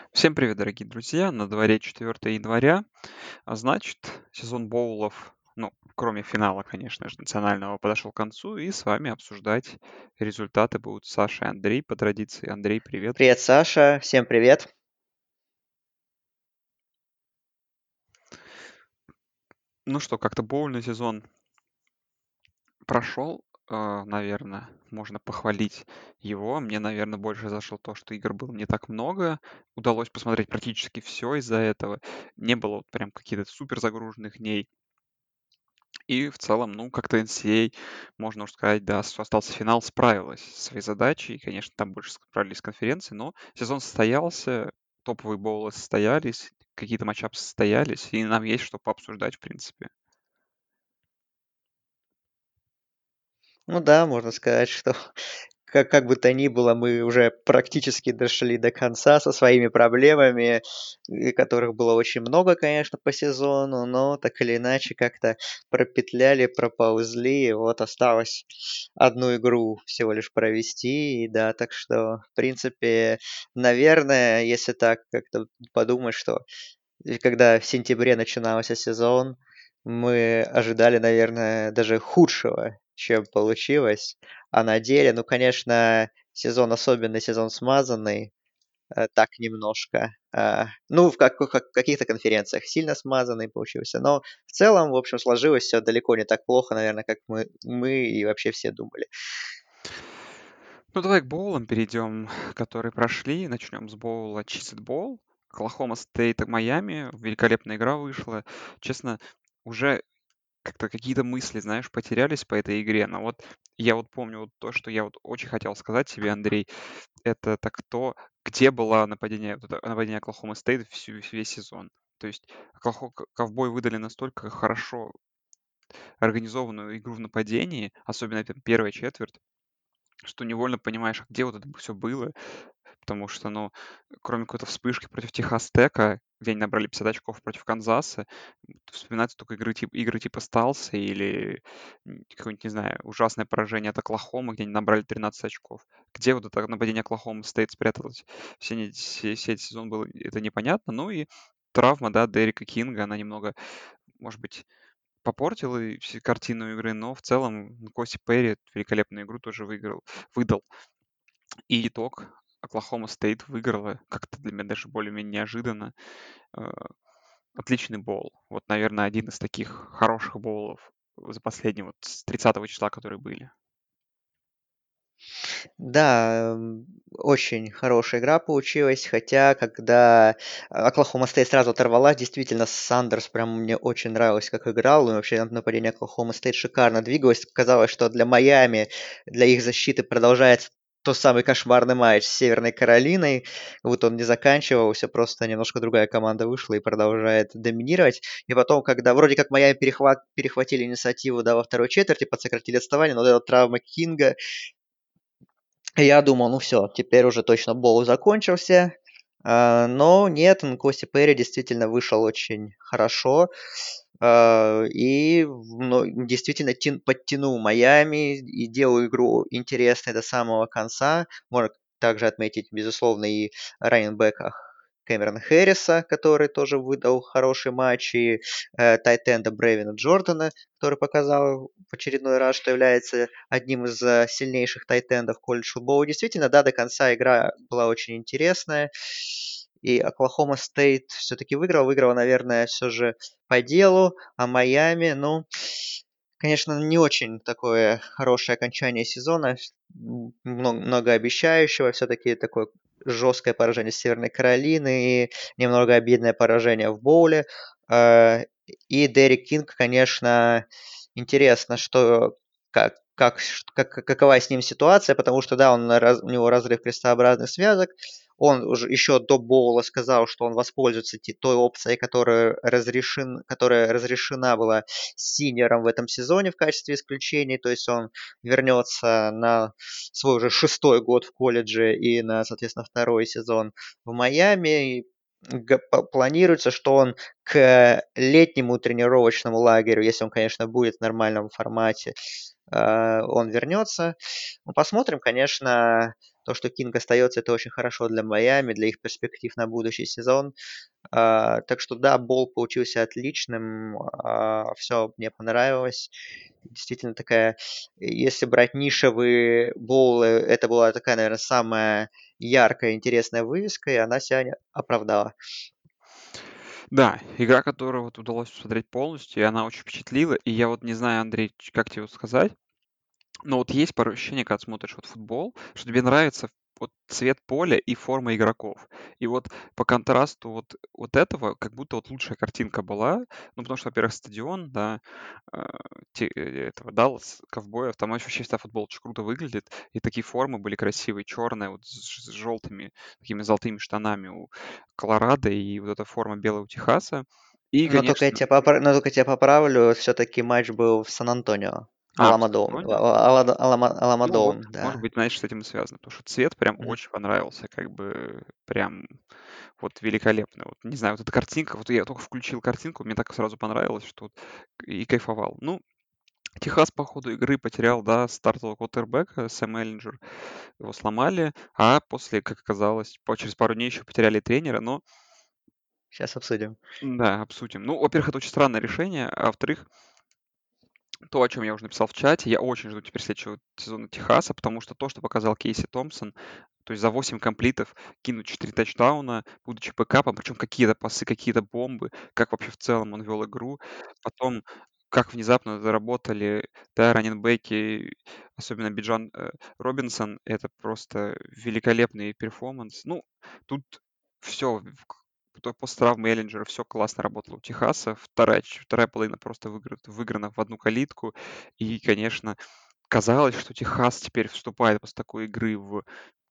Всем привет, дорогие друзья! На дворе 4 января, а значит, сезон боулов, ну, кроме финала, конечно же, национального, подошел к концу, и с вами обсуждать результаты будут Саша и Андрей по традиции. Андрей, привет! Привет, Саша. Всем привет. Ну что, как-то боульный сезон прошел, наверное, можно похвалить его. Мне, наверное, больше зашло то, что игр было не так много, удалось посмотреть практически все из-за этого. Не было вот прям каких-то супер загруженных дней. И в целом, ну, как-то NCAA, можно уже сказать, да, остался финал, справилась со своей задачей. И, конечно, там больше справились с конференцией, но сезон состоялся, топовые боулы состоялись, какие-то матчапы состоялись, и нам есть что пообсуждать, в принципе. Ну да, можно сказать, что как бы то ни было, мы уже практически дошли до конца со своими проблемами, и которых было очень много, конечно, по сезону, но так или иначе как-то пропетляли, проползли, и вот осталось одну игру всего лишь провести, и да, так что, в принципе, наверное, если так как-то подумать, что когда в сентябре начинался сезон, мы ожидали, наверное, даже худшего, чем получилось. А на деле, ну, конечно, сезон особенный, сезон смазанный, так немножко. Ну, в каких-то конференциях сильно смазанный получился. Но в целом, в общем, сложилось все далеко не так плохо, наверное, как мы и вообще все думали. Ну, давай к боулам перейдем, которые прошли. Начнем с боула Cheez-It Bowl. Оклахома Стейт и Майами. Великолепная игра вышла. Честно, уже как-то какие-то мысли, знаешь, потерялись по этой игре. Но вот я вот помню вот то, что я вот очень хотел сказать тебе, Андрей, это так то, где было нападение, вот это нападение Оклахома Стейт весь сезон. То есть Ковбой выдали настолько хорошо организованную игру в нападении, особенно там первая четверть, что невольно понимаешь, а где вот это все было. Потому что, ну, кроме какой-то вспышки против Техас Тека, где они набрали 50 очков против Канзаса, вспоминаются только игры типа Сталса или какое-нибудь, не знаю, ужасное поражение от Оклахомы, где они набрали 13 очков. Где вот это нападение Оклахомы Стейт спряталось? Все эти сезон было это непонятно. Ну и травма, да, Дерека Кинга, она немного, может быть, попортила и всю картину игры, но в целом Коси Перри великолепную игру тоже выдал. И итог: Оклахома Стейт выиграла, как-то для меня даже более-менее неожиданно. Э, Отличный боул. Вот, наверное, один из таких хороших боулов за последние вот с 30 числа, которые были. Да, очень хорошая игра получилась, хотя когда Оклахома Стейт сразу оторвалась, действительно, Сандерс прям мне очень нравилось, как играл, и вообще нападение Оклахома Стейт шикарно двигалось. Казалось, что для Майами, для их защиты продолжается тот самый кошмарный матч с Северной Каролиной, вот он не заканчивался, просто немножко другая команда вышла и продолжает доминировать. И потом, когда вроде как Майами перехватили инициативу, да, во второй четверти, подсократили отставание, но вот эта травма Кинга, я думал, ну все, теперь уже точно боул закончился. Но нет, Нкоси Перри действительно вышел очень хорошо. Действительно подтянул Майами и делал игру интересной до самого конца. Можно также отметить, безусловно, и раненбека Кэмерона Хэрриса, который тоже выдал хороший матч, и тайтенда Брейвена Джордана, который показал в очередной раз, что является одним из сильнейших тайтендов колледж футбола. Действительно, да, до конца игра была очень интересная. И Оклахома Стейт все-таки выиграла, наверное, все же по делу, а Майами, ну, конечно, не очень такое хорошее окончание сезона, многообещающего, все-таки такое жесткое поражение Северной Каролины и немного обидное поражение в боуле. Э, И Дерек Кинг, конечно, интересно, что какова с ним ситуация, потому что, да, у него разрыв крестообразных связок, он уже еще до боула сказал, что он воспользуется той опцией, которая разрешена была синером в этом сезоне в качестве исключения. То есть он вернется на свой уже шестой год в колледже и на, соответственно, второй сезон в Майами. И планируется, что он к летнему тренировочному лагерю, если он, конечно, будет в нормальном формате, он вернется. Ну, посмотрим, конечно. То, что Кинг остается, это очень хорошо для Майами, для их перспектив на будущий сезон. Так что да, бол получился отличным, все мне понравилось. Действительно такая, если брать нишевые боулы, это была такая, наверное, самая яркая, интересная вывеска, и она себя оправдала. Да, игра, которую вот удалось посмотреть полностью, и она очень впечатлила. И я вот не знаю, Андрей, как тебе вот сказать, но вот есть порой ощущение, когда смотришь вот футбол, что тебе нравится вот цвет поля и форма игроков. И вот по контрасту вот этого, как будто вот лучшая картинка была. Ну, потому что, во-первых, стадион, да, этого Даллас, ковбоев, там вообще всегда футбол очень круто выглядит. И такие формы были красивые, черные, вот с желтыми, такими золотыми штанами у Колорадо, и вот эта форма белая у Техаса. И, конечно, Но только тебя поправлю, все-таки матч был в Сан-Антонио. в Сан-Антонио. Ну вот, Аламодом, может да. быть, знаешь, с этим и связано, потому что цвет прям очень понравился, как бы прям вот великолепно. Вот не знаю, вот эта картинка, вот я только включил картинку, мне так сразу понравилось, что вот и кайфовал. Ну, Техас по ходу игры потерял, да, стартового квотербека, Сэм Эллинджер, его сломали, а после, как оказалось, через пару дней еще потеряли тренера, но Сейчас обсудим. да, обсудим. Ну, во-первых, это очень странное решение, а во-вторых, то, о чем я уже написал в чате, я очень жду теперь следующего сезона Техаса, потому что то, что показал Кейси Томпсон, то есть за 8 комплитов кинуть 4 тачдауна, будучи бэкапом, причем какие-то пасы, какие-то бомбы, как вообще в целом он вел игру. Потом, как внезапно заработали, да, раннинбеки, особенно Биджан Робинсон, это просто великолепный перформанс. Ну, тут все, после травмы Эллинджера все классно работало у Техаса. Вторая половина просто выиграна в одну калитку. И, конечно, казалось, что Техас теперь вступает после такой игры в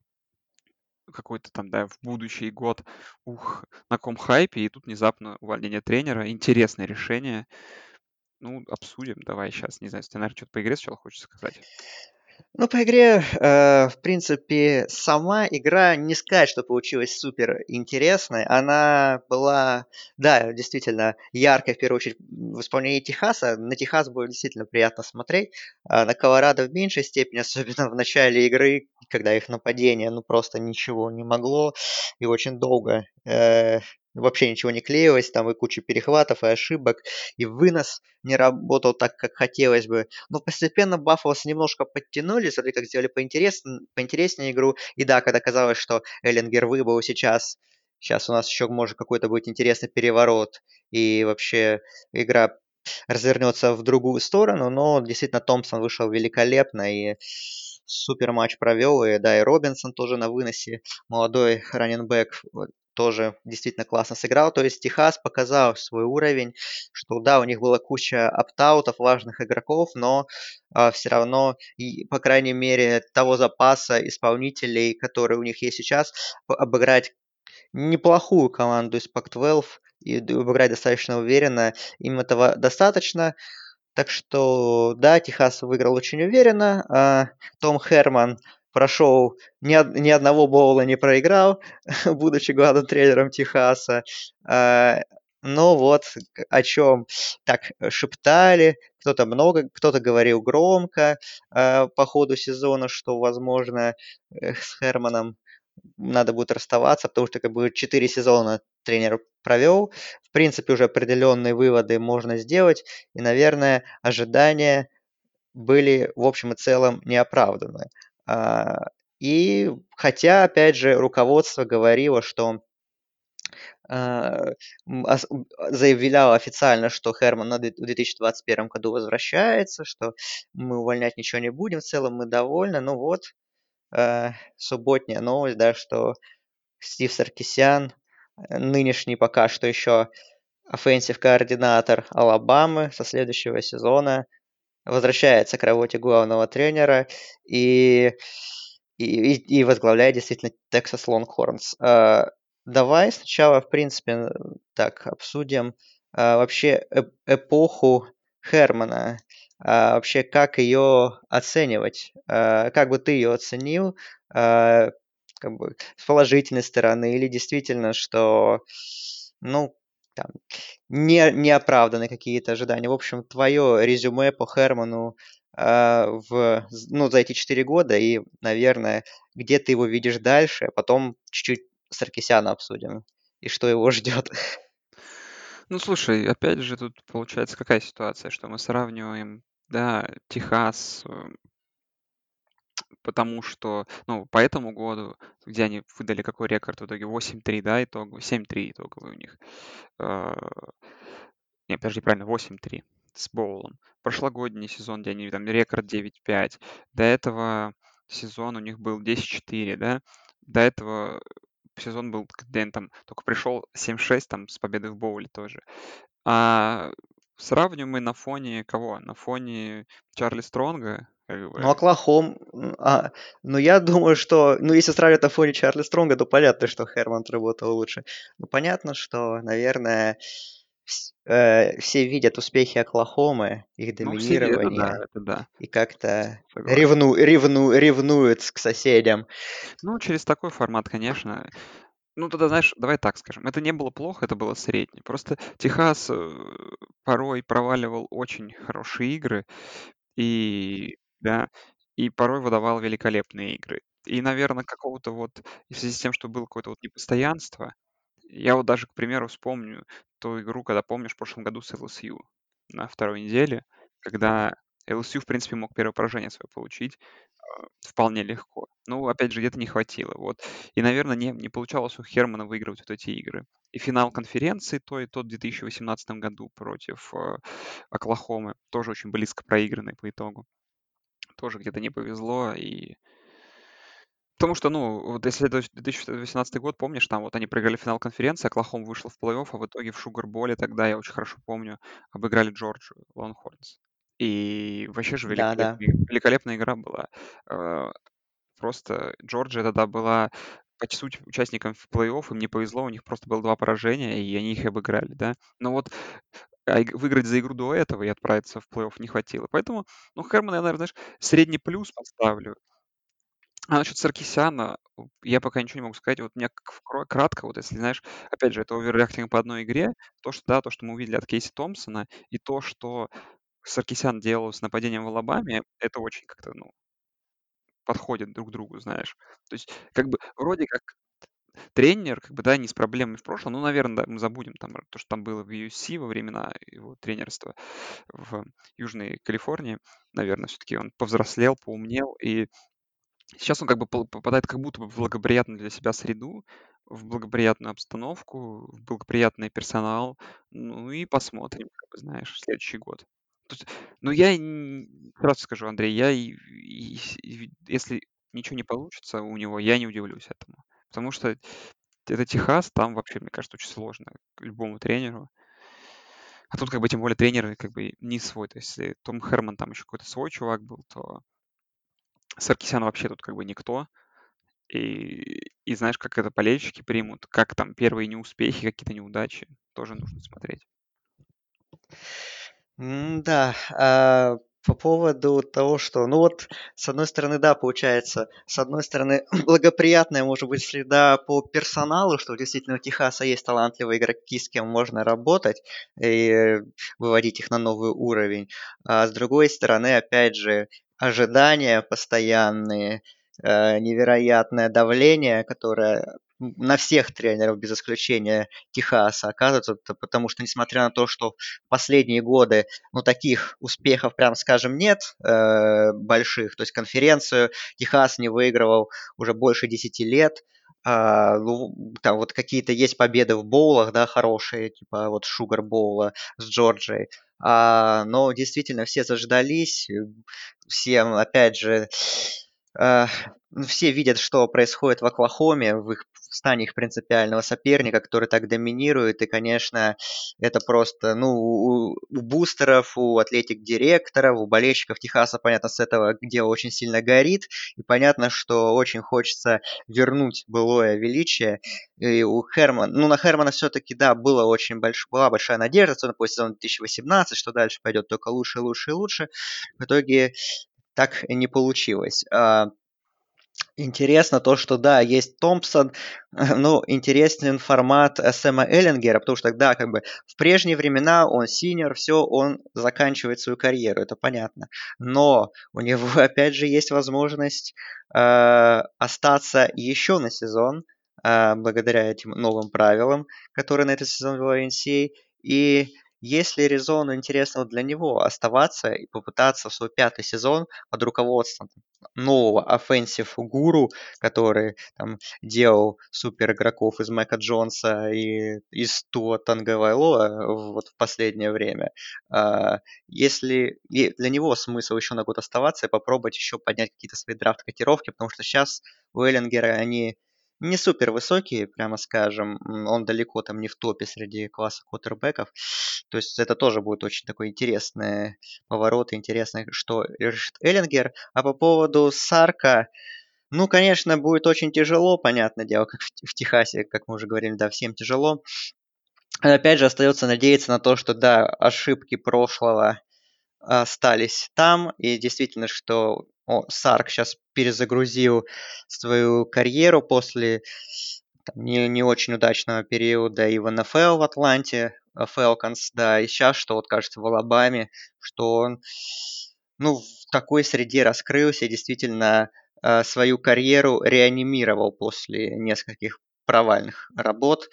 какой-то там, да, в будущий год, на каком хайпе, и тут внезапно увольнение тренера. Интересное решение. Ну, обсудим. Давай сейчас. Не знаю, если ты, наверное, что-то по игре сначала хочешь сказать. Ну, по игре, в принципе, сама игра не сказать, что получилась супер интересной. Она была, да, действительно яркой, в первую очередь, в исполнении Техаса. На Техас было действительно приятно смотреть. А на Колорадо в меньшей степени, особенно в начале игры, когда их нападение, ну, просто ничего не могло. И очень долго вообще ничего не клеилось. Там и куча перехватов, и ошибок, и вынос не работал так, как хотелось бы. Но постепенно Баффалос немножко подтянули, смотри, как сделали поинтереснее игру. И да, когда казалось, что Эллингер выбыл сейчас у нас еще может какой-то быть интересный переворот, и вообще игра развернется в другую сторону, но действительно Томпсон вышел великолепно и супер матч провел, и да, и Робинсон тоже на выносе, молодой раненбэк, тоже действительно классно сыграл. То есть Техас показал свой уровень, что да, у них была куча оптаутов, важных игроков, но все равно, и, по крайней мере, того запаса исполнителей, которые у них есть сейчас, обыграть неплохую команду из Pac-12 и обыграть достаточно уверенно, им этого достаточно. Так что, да, Техас выиграл очень уверенно. Том Херман прошел, ни одного боула не проиграл, будучи главным тренером Техаса. Но вот о чем так шептали, кто-то говорил громко по ходу сезона, что, возможно, с Херманом надо будет расставаться, потому что как бы 4 сезона тренер провел. В принципе, уже определенные выводы можно сделать. И, наверное, ожидания были в общем и целом неоправданы. А, И хотя, опять же, руководство говорило, что а, заявляло официально, что Херман в 2021 году возвращается, что мы увольнять ничего не будем, в целом мы довольны. Ну вот, субботняя новость, да, что Стив Саркисян, нынешний пока что еще offensive координатор Алабамы со следующего сезона, возвращается к работе главного тренера и, и возглавляет действительно Texas Longhorns. Давай сначала, в принципе, так обсудим вообще эпоху Хермана. Вообще, как ее оценивать? Как бы ты ее оценил? А, как бы с положительной стороны или действительно, что, ну, там, не оправданы какие-то ожидания. В общем, твое резюме по Херману ну, за эти 4 года, и, наверное, где ты его видишь дальше, а потом чуть-чуть Саркисяна обсудим, и что его ждет. Ну, слушай, опять же, тут получается какая ситуация, что мы сравниваем, да, Техас, потому что, ну, по этому году, где они выдали какой рекорд в итоге? 8-3, да, итоговый? 7-3 итоговый у них. А, Не, подожди, правильно, 8-3 с Боулом. Прошлогодний сезон, где они там рекорд 9-5. До этого сезон у них был 10-4, да. До этого сезон был, где он там только пришел 7-6 там с победой в Боуле тоже. А сравниваем мы на фоне кого? На фоне Чарли Стронга, как Ну, бы. ну, я думаю, что, ну, если сравнивать на фоне Чарли Стронга, то понятно, что Хермонд работал лучше. Ну, понятно, что, наверное, все видят успехи Оклахомы, их Ну, все видят, доминирование, это да, и как-то согласен. ревнуют к соседям. Ну, через такой формат, конечно. Ну, тогда, знаешь, давай так скажем, это не было плохо, это было средне. Просто Техас порой проваливал очень хорошие игры, и, да, и порой выдавал великолепные игры. И, наверное, какого-то вот, в связи с тем, что было какое-то вот непостоянство, я вот даже, к примеру, вспомню ту игру, когда, помнишь, в прошлом году с ЛСЮ на второй неделе, когда ЛСЮ, в принципе, мог первое поражение свое получить вполне легко. Ну, опять же, где-то не хватило. Вот. И, наверное, не получалось у Хермана выигрывать вот эти игры. И финал конференции, то и тот в 2018 году против Оклахомы, тоже очень близко проигранный по итогу. Тоже где-то не повезло. И потому что, ну, вот если это 2018 год, помнишь, там вот они проиграли финал конференции, Оклахома вышла в плей-офф, а в итоге в Шугарболе тогда, я очень хорошо помню, обыграли Джорджию, Лонхорнс. И вообще же Да-да. великолепная игра была. Э, Просто Джорджия тогда была по сути участником в плей-офф, им не повезло, у них просто было 2 поражения, и они их обыграли, да. Но вот выиграть за игру до этого и отправиться в плей-офф не хватило. Поэтому, ну, Хермана я, наверно, знаешь, средний плюс поставлю. А насчет Саркисяна, я пока ничего не могу сказать. Вот у меня кратко, вот если, знаешь, опять же, это оверреактинг по одной игре. То, что да, то, что мы увидели от Кейси Томпсона, и то, что Саркисян делал с нападением в Алабаме, это очень как-то, ну, подходит друг другу, знаешь. То есть, как бы, вроде как тренер, как бы, да, не с проблемами в прошлом. Ну, наверное, да, мы забудем там то, что там было в UFC во времена его тренерства в Южной Калифорнии. Наверное, все-таки он повзрослел, поумнел, и сейчас он как бы попадает как будто бы в благоприятную для себя среду, в благоприятную обстановку, в благоприятный персонал. Ну и посмотрим, как бы, знаешь, следующий год. То есть, ну, сразу скажу, Андрей, если ничего не получится у него, я не удивлюсь этому. Потому что это Техас, там вообще, мне кажется, очень сложно любому тренеру. А тут как бы тем более тренеры как бы не свой. То есть если Том Херман там еще какой-то свой чувак был, то Саркисян вообще тут как бы никто. И знаешь, как это болельщики примут, как там первые неуспехи, какие-то неудачи, тоже нужно смотреть. Да, по поводу того, что, ну вот, с одной стороны, да, получается, с одной стороны, благоприятная может быть среда по персоналу, что действительно у Техаса есть талантливые игроки, с кем можно работать и выводить их на новый уровень. А с другой стороны, опять же, ожидания постоянные, невероятное давление, которое на всех тренеров без исключения Техаса оказывается, потому что, несмотря на то, что последние годы ну, таких успехов, прям скажем, нет больших. То есть конференцию Техас не выигрывал уже больше 10 лет. Ну, там вот какие-то есть победы в боулах, да, хорошие, типа вот Шугар Боула с Джорджией. Но действительно все заждались, всем, опять же, а, ну, все видят, что происходит в Оклахоме, в стане их принципиального соперника, который так доминирует. И, конечно, это просто, ну, у бустеров, у атлетик-директоров, у болельщиков Техаса, понятно, с этого дело очень сильно горит. И понятно, что очень хочется вернуть былое величие. И у Хермана, ну, на Хермана все-таки, да, была большая надежда, особенно после сезона 2018, что дальше пойдет только лучше, лучше и лучше. В итоге так не получилось. Интересно то, что да, есть Томпсон, ну, интересен формат Сэма Эллингера, потому что, да, как бы в прежние времена он синер, все, он заканчивает свою карьеру, это понятно. Но у него, опять же, есть возможность остаться еще на сезон, благодаря этим новым правилам, которые на этот сезон ввела NCAA. И есть ли резон интересного для него оставаться и попытаться в свой пятый сезон под руководством нового offensive гуру, который там делал супер игроков из Мэка Джонса и из Туа Тангавайлоа вот в последнее время. А, Если для него смысл еще на год оставаться и попробовать еще поднять какие-то свои драфт-котировки, потому что сейчас у Эллингера они не супер высокие, прямо скажем. Он далеко там не в топе среди класса квотербеков. То есть это тоже будет очень такой интересный поворот, интересно, что решит Эллингер. А по поводу Сарка, ну, конечно, будет очень тяжело, понятное дело, как в Техасе, как мы уже говорили, да, всем тяжело. Опять же, остается надеяться на то, что, да, ошибки прошлого остались там, и действительно, что Сарк сейчас перезагрузил свою карьеру после не очень удачного периода и в НФЛ в Атланте, Falcons, да, и сейчас, что вот кажется в Алабаме, что он, ну, в такой среде раскрылся и действительно свою карьеру реанимировал после нескольких провальных работ.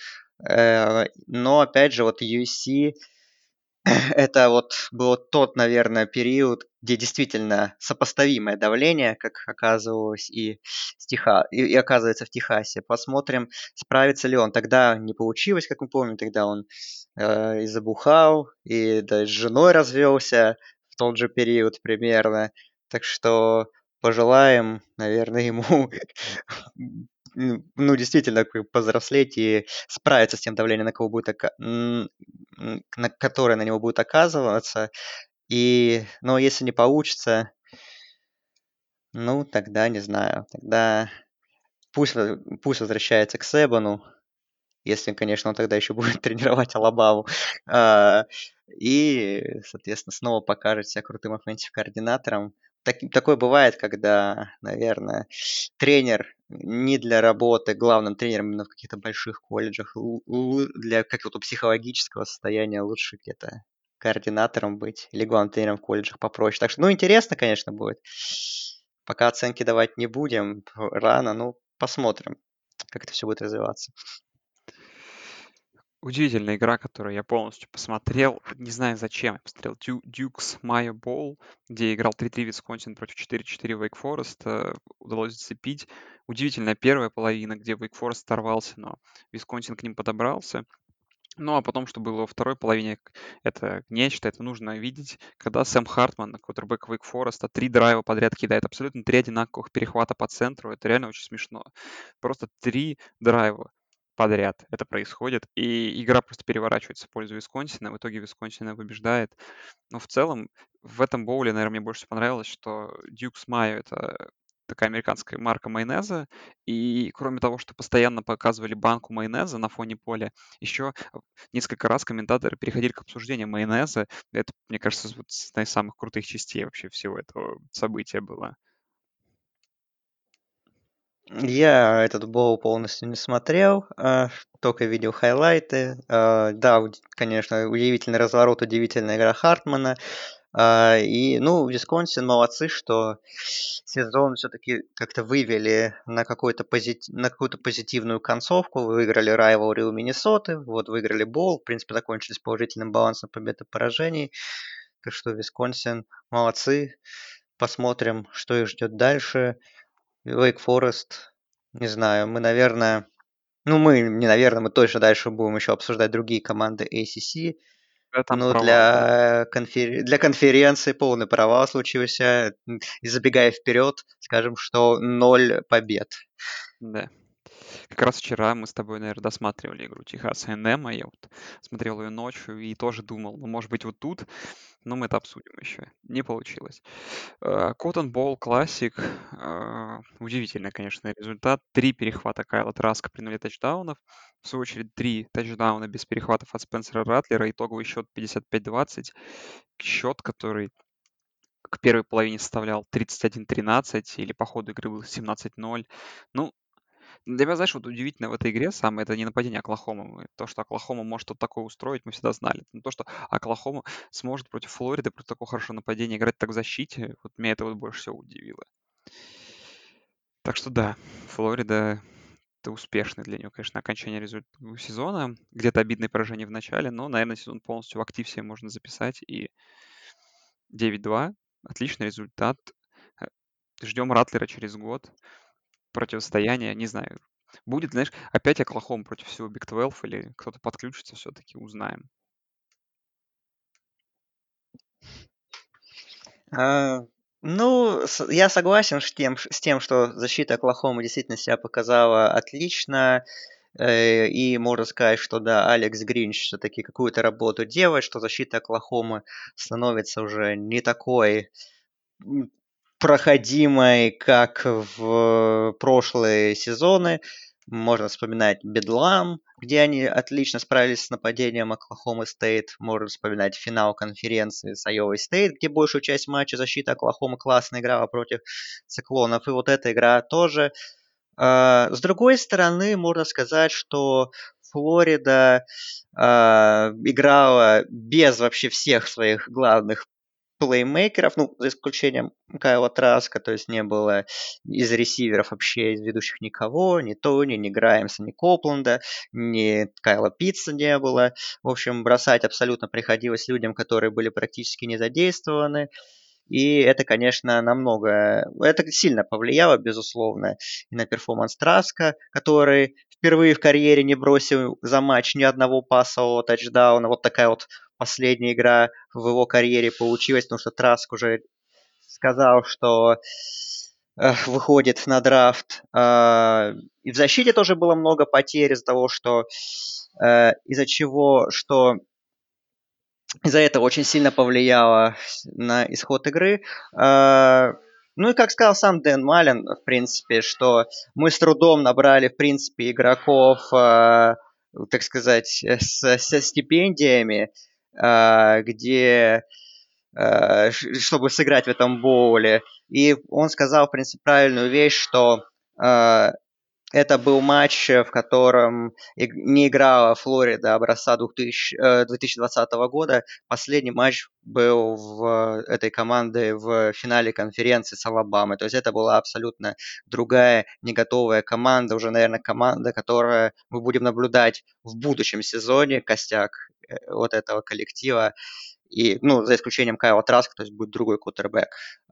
Но, опять же, вот USC это вот был тот, наверное, период, где действительно сопоставимое давление, как оказывалось и оказывается в Техасе. Посмотрим, справится ли он. Тогда не получилось, как мы помним, тогда он и забухал, и да, с женой развелся в тот же период примерно. Так что пожелаем, наверное, ему ну, действительно, как бы повзрослеть и справиться с тем давлением, на которое на него будет оказываться. Но если не получится, ну, тогда не знаю. Тогда пусть возвращается к Себану, если, конечно, он тогда еще будет тренировать Алабаму. А, соответственно, снова покажет себя крутым оффенсив-координатором. Такое бывает, когда, наверное, тренер не для работы главным тренером именно в каких-то больших колледжах, для какого-то психологического состояния лучше где-то координатором быть или главным тренером в колледжах попроще. Так что, ну, интересно, конечно, будет. Пока оценки давать не будем, рано, ну, посмотрим, как это все будет развиваться. Удивительная игра, которую я полностью посмотрел. Не знаю зачем. Я посмотрел Дюкс Майо Боул, где играл 3-3 Висконсин против 4-4 Вейк Форест. Удалось зацепить. Удивительная первая половина, где Вейк Форест оторвался, но Висконсин к ним подобрался. Ну, а потом, что было во второй половине, это нечто, это нужно видеть, когда Сэм Хартман, квотербек Вейк Фореста, 3 драйва подряд кидает, абсолютно 3 одинаковых перехвата по центру, это реально очень смешно. Просто 3 драйва подряд это происходит, и игра просто переворачивается в пользу Висконсина, в итоге Висконсина побеждает. Но в целом в этом боуле, наверное, мне больше всего понравилось, что Дьюкс Майо — это такая американская марка майонеза, и кроме того, что постоянно показывали банку майонеза на фоне поля, еще несколько раз комментаторы переходили к обсуждению майонеза. Это, мне кажется, вот одна из самых крутых частей вообще всего этого события была. Я этот боул полностью не смотрел, только видел хайлайты. Да, конечно, удивительный разворот, удивительная игра Хартмана. Ну, Висконсин молодцы, что сезон все-таки как-то вывели на какую-то позитивную концовку. Выиграли райвалри у Миннесоты, вот выиграли боул. В принципе, закончили с положительным балансом побед и поражений. Так что Висконсин молодцы. Посмотрим, что их ждет дальше. Wake Forest, не знаю, мы точно дальше будем еще обсуждать другие команды ACC, Да, там но провал, да. для конференции полный провал случился. И забегая вперед, скажем, что 0 побед. Да. Как раз вчера мы с тобой, наверное, досматривали игру Техаса A&M, а я вот смотрел ее ночью и тоже думал, ну, может быть, вот тут, но мы это обсудим еще. Не получилось. Cotton Bowl Classic. Удивительный, конечно, результат. 3 перехвата Кайла Траска при 0 тачдаунов. В свою очередь, 3 тачдауна без перехватов от Спенсера Ратлера. Итоговый счет 55-20. Счет, который к первой половине составлял 31-13 или по ходу игры был 17-0. Ну, для меня, знаешь, вот удивительно в этой игре самое, это не нападение Оклахомы. То, что Оклахома может вот такое устроить, мы всегда знали. Но то, что Оклахома сможет против Флориды, против такого хорошего нападения играть так в защите, вот меня это вот больше всего удивило. Так что да, Флорида это успешный для нее, конечно, окончание сезона. Где-то обидное поражение в начале, но, наверное, сезон полностью в актив себе можно записать. И 9-2, отличный результат. Э, Ждем Ратлера через год. Противостояние, не знаю. Будет, знаешь, опять Оклахома против всего Биг 12 или кто-то подключится, все-таки узнаем. А, ну, я согласен с тем, что защита Оклахомы действительно себя показала отлично. И можно сказать, что да, Алекс Гринч все-таки какую-то работу делает, что защита Оклахомы становится уже не такой проходимой, как в прошлые сезоны. Можно вспоминать Бедлам, где они отлично справились с нападением Оклахомы Стейт. Можно вспоминать финал конференции с Айовой Стейт, где большую часть матча защита Оклахомы классно играла против циклонов. И вот эта игра тоже. С другой стороны, можно сказать, что Флорида играла без вообще всех своих главных плеймейкеров, ну, за исключением Кайла Траска, то есть не было из ресиверов вообще, из ведущих никого, ни Тони, ни Граймса, ни Копленда, ни Кайла Питца не было. В общем, бросать абсолютно приходилось людям, которые были практически не задействованы. И это, конечно, это сильно повлияло, безусловно, и на перформанс Траска, который впервые в карьере не бросил за матч ни одного пасового тачдауна. Вот такая вот последняя игра в его карьере получилась, потому что Траск уже сказал, что выходит на драфт. И в защите тоже было много потерь из-за того, что из-за чего, что из-за этого очень сильно повлияло на исход игры. Ну и как сказал сам Дэн Маллен, в принципе, что мы с трудом набрали, в принципе, игроков, так сказать, со стипендиями, где чтобы сыграть в этом боуле. И он сказал, в принципе, правильную вещь, что это был матч, в котором не играла Флорида образца 2020 года. Последний матч был этой команды в финале конференции с Алабамой. То есть это была абсолютно другая, не готовая команда. Уже, наверное, команда, которую мы будем наблюдать в будущем сезоне, костяк вот этого коллектива. И, ну, за исключением Кайла Траска, то есть будет другой кутербэк.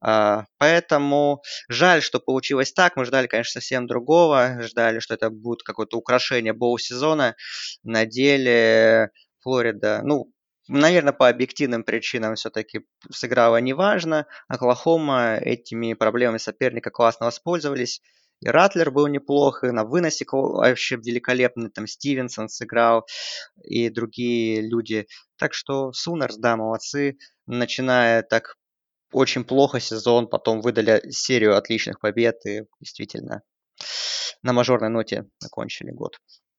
Поэтому жаль, что получилось так. Мы ждали, конечно, совсем другого. Ждали, что это будет какое-то украшение боул-сезона. На деле Флорида, ну, наверное, по объективным причинам все-таки сыграла неважно. Оклахома этими проблемами соперника классно воспользовались. И Ратлер был неплох, и на выносе вообще великолепно. Там Стивенсон сыграл, и другие люди. Так что Сунерс, да, молодцы. Начиная так очень плохо сезон, потом выдали серию отличных побед и действительно на мажорной ноте закончили год.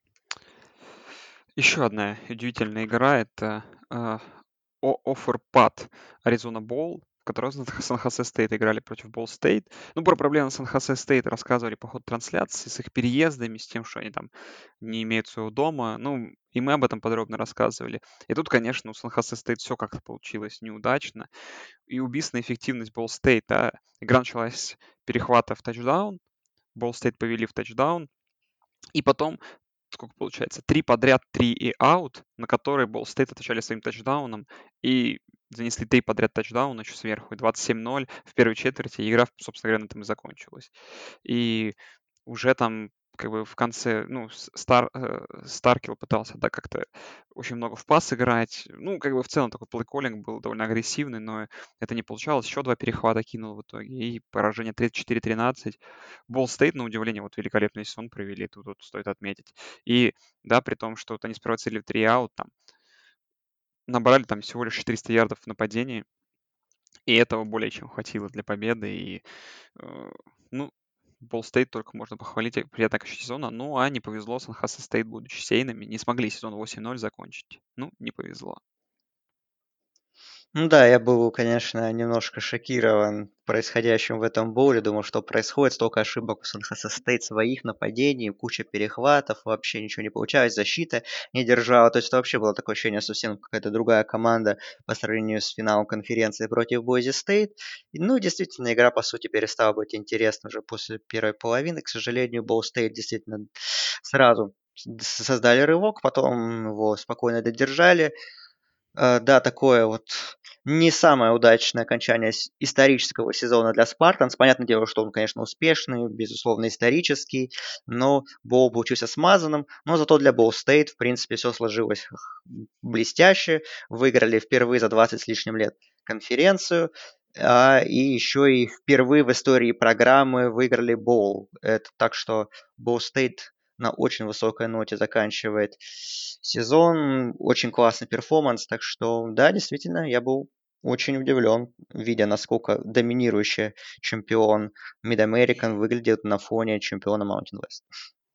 Еще одна удивительная игра — это Оферпад Аризона Боул, в которой Сан-Хосе Стейт играли против Болл Стейт. Ну, про проблемы Сан-Хосе Стейт рассказывали по ходу трансляции, с их переездами, с тем, что они там не имеют своего дома. Ну, и мы об этом подробно рассказывали. И тут, конечно, у Сан-Хосе Стейт все как-то получилось неудачно. И убийственная эффективность Болл Стейта. Игра началась с перехвата в тачдаун. Болл Стейт повели в тачдаун. И потом сколько получается, 3 подряд, 3 и аут, на которые Болл Стейт отвечали своим тачдауном и занесли 3 подряд тачдауна еще сверху. И 27-0 в первой четверти, и игра, собственно говоря, на этом и закончилась. И уже там как бы в конце, ну, Старкил пытался, да, как-то очень много в пас играть. Ну, как бы в целом такой плей-коллинг был довольно агрессивный, но это не получалось. Еще два перехвата кинул в итоге. И поражение 34-13. Болл Стейт, на удивление, вот великолепный сезон провели, тут стоит отметить. И да, при том, что вот они спровоцировали 3 аут, там, набрали там всего лишь 400 ярдов в нападении, и этого более чем хватило для победы. И, ну, Болл Стейт только можно похвалить, приятное качество сезона. Ну, а не повезло, Сан-Хосе Стейт, будучи сейнами, не смогли сезон 8-0 закончить. Ну, не повезло. Ну да, я был, конечно, немножко шокирован происходящим в этом боуле. Думал, что происходит, столько ошибок у Сан-Хосе Стейт, своих нападений, куча перехватов, вообще ничего не получалось, защита не держала. То есть это вообще было такое ощущение, совсем какая-то другая команда по сравнению с финалом конференции против Бойзи Стейт. Ну, действительно, игра, по сути, перестала быть интересной уже после первой половины. К сожалению, Боу Стейт действительно сразу создали рывок, потом его спокойно додержали. Да, такое вот не самое удачное окончание исторического сезона для Спартанс. Понятное дело, что он, конечно, успешный, безусловно, исторический, но Боул получился смазанным. Но зато для Боул Стейт, в принципе, все сложилось блестяще. Выиграли впервые за 20 с лишним лет конференцию. И еще и впервые в истории программы выиграли Боул. Это так что Боул Стейт на очень высокой ноте заканчивает сезон. Очень классный перформанс. Так что, да, действительно, я был очень удивлен, видя, насколько доминирующий чемпион Mid American выглядит на фоне чемпиона Mountain West.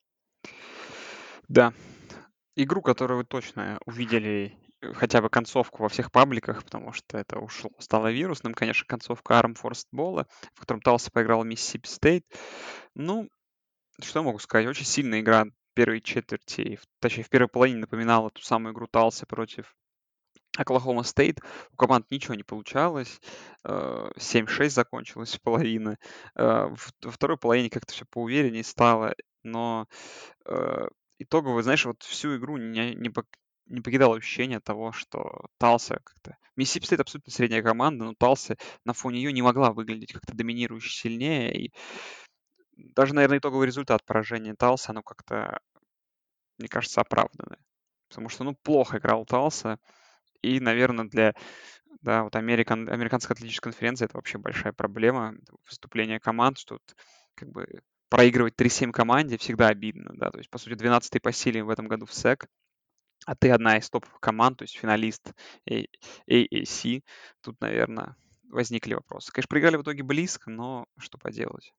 Да, игру, которую вы точно увидели, хотя бы концовку во всех пабликах, потому что это ушло, стало вирусным, конечно, концовка Arm Force Ball, в котором Талса поиграл Миссисипи Стейт. Ну, что я могу сказать? Очень сильная игра первой четверти, точнее, в первой половине напоминала ту самую игру Талса против Оклахома Стейт. У команд ничего не получалось. 7-6 закончилась половина. Во второй половине как-то все поувереннее стало, но э, итогово, знаешь, вот всю игру не покидало ощущение того, что Талса как-то... Миссисипи Стейт абсолютно средняя команда, но Талса на фоне ее не могла выглядеть как-то доминирующе сильнее. И даже, наверное, итоговый результат поражения Талса, оно как-то, мне кажется, оправданное. Потому что, ну, плохо играл Талса. И, наверное, для да, вот американская атлетическая конференция — это вообще большая проблема. Это выступление команд, что вот как бы проигрывать 3-7 команде всегда обидно, да. То есть, по сути, 12-й по силе в этом году в СЭК, а ты одна из топовых команд, то есть финалист A- AAC. Тут, наверное, возникли вопросы. Конечно, проиграли в итоге близко, но что поделать.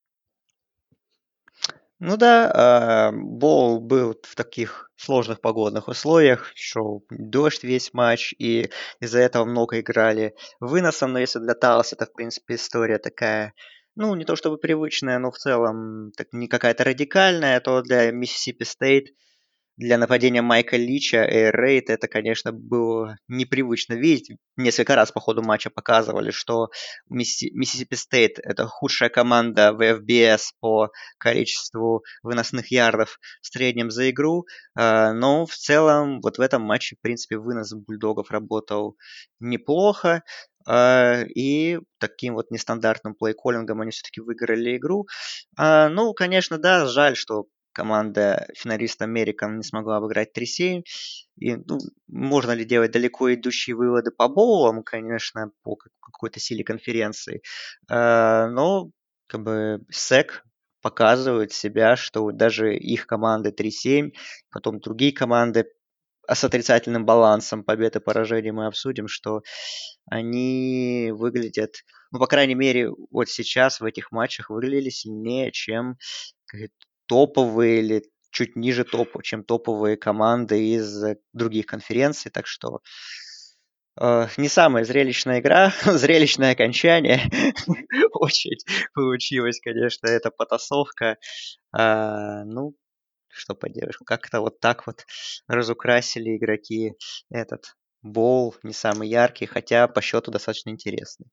Ну да, Боул был в таких сложных погодных условиях, шел дождь весь матч, и из-за этого много играли выносом, но если для Талос это, в принципе, история такая, ну, не то чтобы привычная, но в целом так, не какая-то радикальная, то для Миссисипи Стейт для нападения Майка Лича Эйр Рейд это, конечно, было непривычно видеть. Несколько раз по ходу матча показывали, что Миссисипи Стейт — это худшая команда в FBS по количеству выносных ярдов в среднем за игру. Но в целом вот в этом матче, в принципе, вынос бульдогов работал неплохо. И таким вот нестандартным плей-коллингом они все-таки выиграли игру. Ну, конечно, да, жаль, что команда финалист Американ не смогла обыграть 3-7. И, ну, можно ли делать далеко идущие выводы по боулам, конечно, по какой-то силе конференции. Но как бы СЭК показывает себя, что даже их команды 3-7, потом другие команды с отрицательным балансом побед и поражений мы обсудим, что они выглядят, ну, по крайней мере, вот сейчас в этих матчах выглядели сильнее, чем какие-то топовые или чуть ниже топа, чем топовые команды из других конференций. Так что не самая зрелищная игра, зрелищное окончание. Очень получилось, конечно, эта потасовка. Ну, что поделаешь, как-то вот так вот разукрасили игроки этот боул, не самый яркий, хотя по счету достаточно интересный.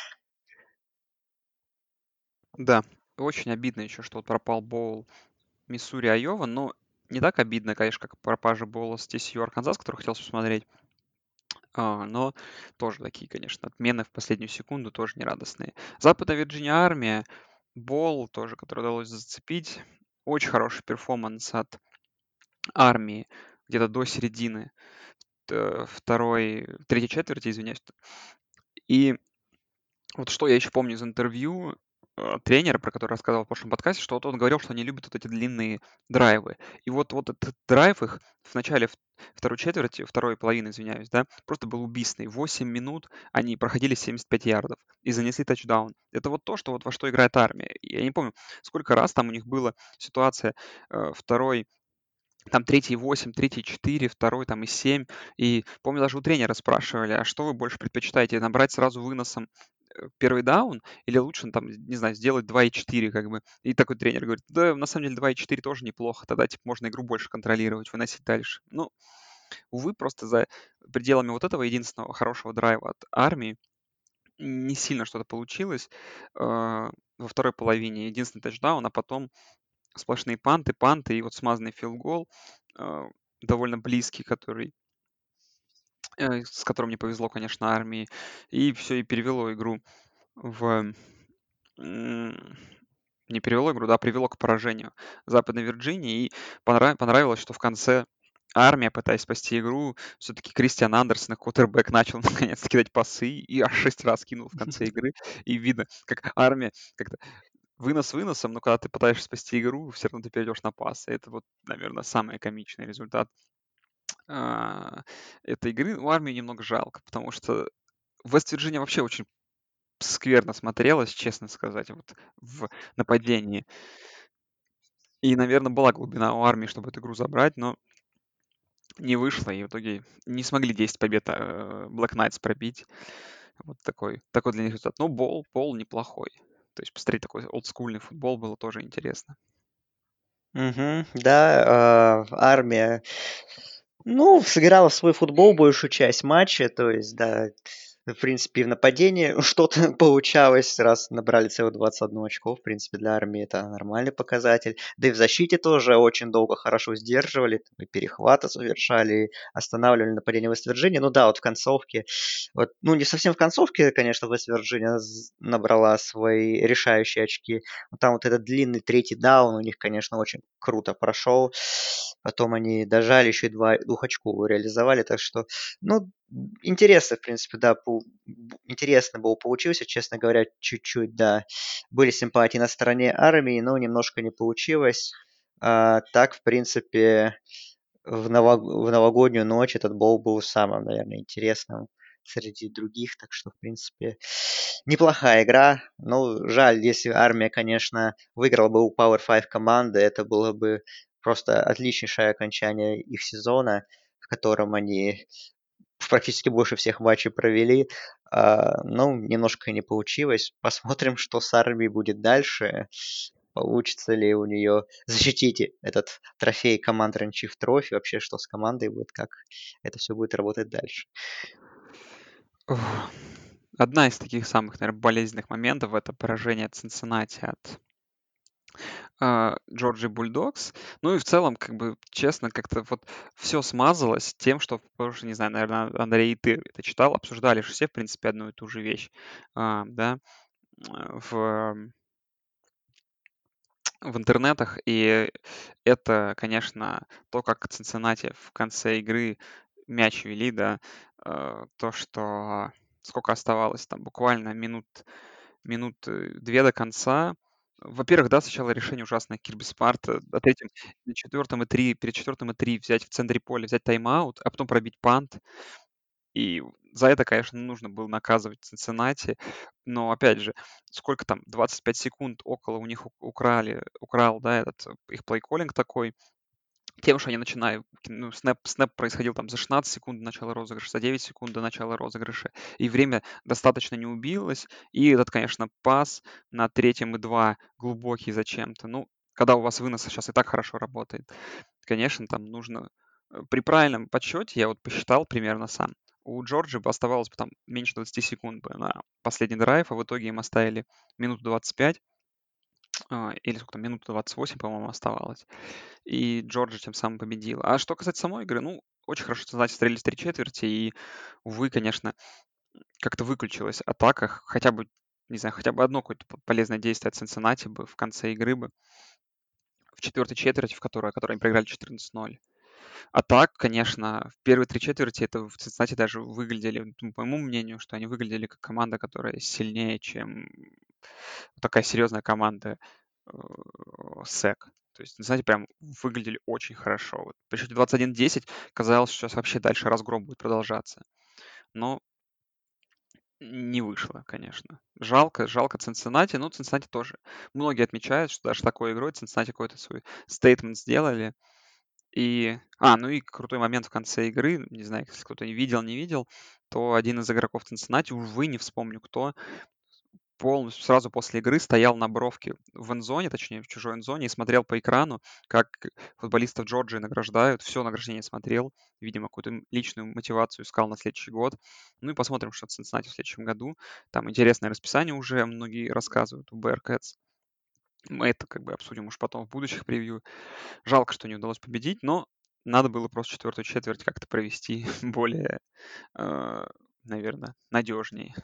Да, очень обидно еще, что вот пропал боул Миссури Айова, но не так обидно, конечно, как пропажа боула с TCU Арканзас, который хотел посмотреть. Но тоже такие, конечно, отмены в последнюю секунду, тоже нерадостные. Западная Вирджиния Армия, Бол тоже, который удалось зацепить. Очень хороший перформанс от армии где-то до середины третьей четверти, извиняюсь. И вот что я еще помню из интервью тренера, про который рассказал в прошлом подкасте, что вот он говорил, что они любят вот эти длинные драйвы. И вот этот драйв их в начале второй четверти, второй половины, извиняюсь, да, просто был убийственный. 8 минут они проходили 75 ярдов и занесли тачдаун. Это вот то, что вот во что играет армия. Я не помню, сколько раз там у них была ситуация второй Там третий 8, третий 4, второй там и 7. И помню, даже у тренера спрашивали: "А что вы больше предпочитаете, набрать сразу выносом, первый даун или лучше, там, не знаю, сделать 2,4 как бы?" И такой тренер говорит: "Да, на самом деле 2,4 тоже неплохо, тогда, типа, можно игру больше контролировать, выносить дальше". Ну, увы, просто за пределами вот этого единственного хорошего драйва от армии не сильно что-то получилось, во второй половине. Единственный тачдаун, а потом сплошные панты, панты и вот смазанный филд-гол, а, довольно близкий, с которым не повезло, конечно, армии. И все и перевело игру в м, не перевело игру, да, а привело к поражению Западной Вирджинии. И понравилось, что в конце армия, пытаясь спасти игру, все-таки Кристиан Андерсон, квотербек, начал наконец кидать пасы и аж 6 раз кинул в конце игры. И видно, как армия как-то вынос выносом, но когда ты пытаешься спасти игру, все равно ты перейдешь на пас. И это вот, наверное, самый комичный результат а, этой игры. У армии немного жалко, потому что Вест-Вирджиния вообще очень скверно смотрелась, честно сказать, вот в нападении. И, наверное, была глубина у армии, чтобы эту игру забрать, но не вышло, и в итоге не смогли 10 побед Black Knights пробить. Вот такой для них результат. Но бол неплохой. То есть посмотреть такой олдскульный футбол было тоже интересно. Мгм. Да, армия, ну, сыграла в свой футбол большую часть матча, то есть, да, в принципе, и в нападении что-то получалось, раз набрали целых 21 очко, в принципе, для армии это нормальный показатель. Да и в защите тоже очень долго хорошо сдерживали, там и перехваты совершали, и останавливали нападение Вест-Вирджинии. Ну да, вот в концовке, вот, ну не совсем в концовке, конечно, Вест-Вирджиния набрала свои решающие очки. Но там вот этот длинный третий даун у них, конечно, очень круто прошел. Потом они дожали, еще и двухочковую реализовали. Так что, ну, интересно, в принципе, да, интересно было получился, честно говоря, чуть-чуть, да. Были симпатии на стороне армии, но немножко не получилось. А так, в принципе, в новогоднюю ночь этот боул был самым, наверное, интересным среди других. Так что, в принципе, неплохая игра. Ну, жаль, если армия, конечно, выиграла бы у Power 5 команды, это было бы просто отличнейшее окончание их сезона, в котором они практически больше всех матчей провели. Ну, немножко не получилось. Посмотрим, что с армией будет дальше. Получится ли у нее защитить этот трофей Commander in Chief Trophy, вообще что с командой будет, как это все будет работать дальше. Ух. Одна из таких самых, наверное, болезненных моментов — это поражение от Цинциннати от Джорджии Бульдогс. Ну и в целом, как бы, честно, как-то вот все смазалось тем, что, потому что, не знаю, наверное, Андрей, ты это читал, обсуждали же все, в принципе, одну и ту же вещь, да, в в интернетах. И это, конечно, то, как Цинциннати в конце игры мяч вели, да, то, что сколько оставалось, там буквально минут 2 до конца. Во-первых, да, сначала решение ужасное Кирби Смарта, а третьем, на 4 и 3, перед 4 и 3 взять в центре поля, взять тайм-аут, а потом пробить пант. И за это, конечно, нужно было наказывать Цинциннати. Но опять же, сколько там, 25 секунд около у них украл, да, этот их плей-коллинг такой. Тем, что они начинают, ну, снэп происходил там за 16 секунд до начала розыгрыша, за 9 секунд до начала розыгрыша, и время достаточно не убилось. И этот, конечно, пас на 3 и 2 глубокий зачем-то. Ну, когда у вас вынос сейчас и так хорошо работает, конечно, там нужно при правильном подсчете, я вот посчитал примерно сам, у Джорджи бы оставалось бы там меньше 20 секунд бы на последний драйв, а в итоге им оставили минуту 25, или сколько там, минуту 28, по-моему, оставалось. И Джорджия тем самым победила. А что касается самой игры, ну, очень хорошо, значит, стрелялись 3 четверти, и, увы, конечно, как-то выключилась атака, хотя бы, не знаю, хотя бы одно какое-то полезное действие от Цинциннати бы в конце игры бы, в четвертой четверти, в которой они проиграли 14-0. А так, конечно, в первые 3 четверти это в Цинциннати даже выглядели, ну, по моему мнению, что они выглядели как команда, которая сильнее, чем такая серьезная команда э, СЭК. То есть, знаете, прям выглядели очень хорошо. Вот при счете 21-10 казалось, что сейчас вообще дальше разгром будет продолжаться. Но не вышло, конечно. Жалко Цинциннати. Ну, Цинциннати тоже. Многие отмечают, что даже такой игрой Цинциннати какой-то свой стейтмент сделали. Ну и крутой момент в конце игры, не знаю, если кто-то видел, не видел, то один из игроков Цинциннати, увы, не вспомню кто, полностью сразу после игры стоял на бровке в эндзоне, точнее, в чужой эндзоне, и смотрел по экрану, как футболистов Джорджии награждают. Все награждение смотрел. Видимо, какую-то личную мотивацию искал на следующий год. Ну и посмотрим, что в Цинциннати в следующем году. Там интересное расписание уже, многие рассказывают у Bearcats. Мы это как бы обсудим уж потом в будущих превью. Жалко, что не удалось победить, но надо было просто четвертую четверть как-то провести более, э, наверное, надежнее.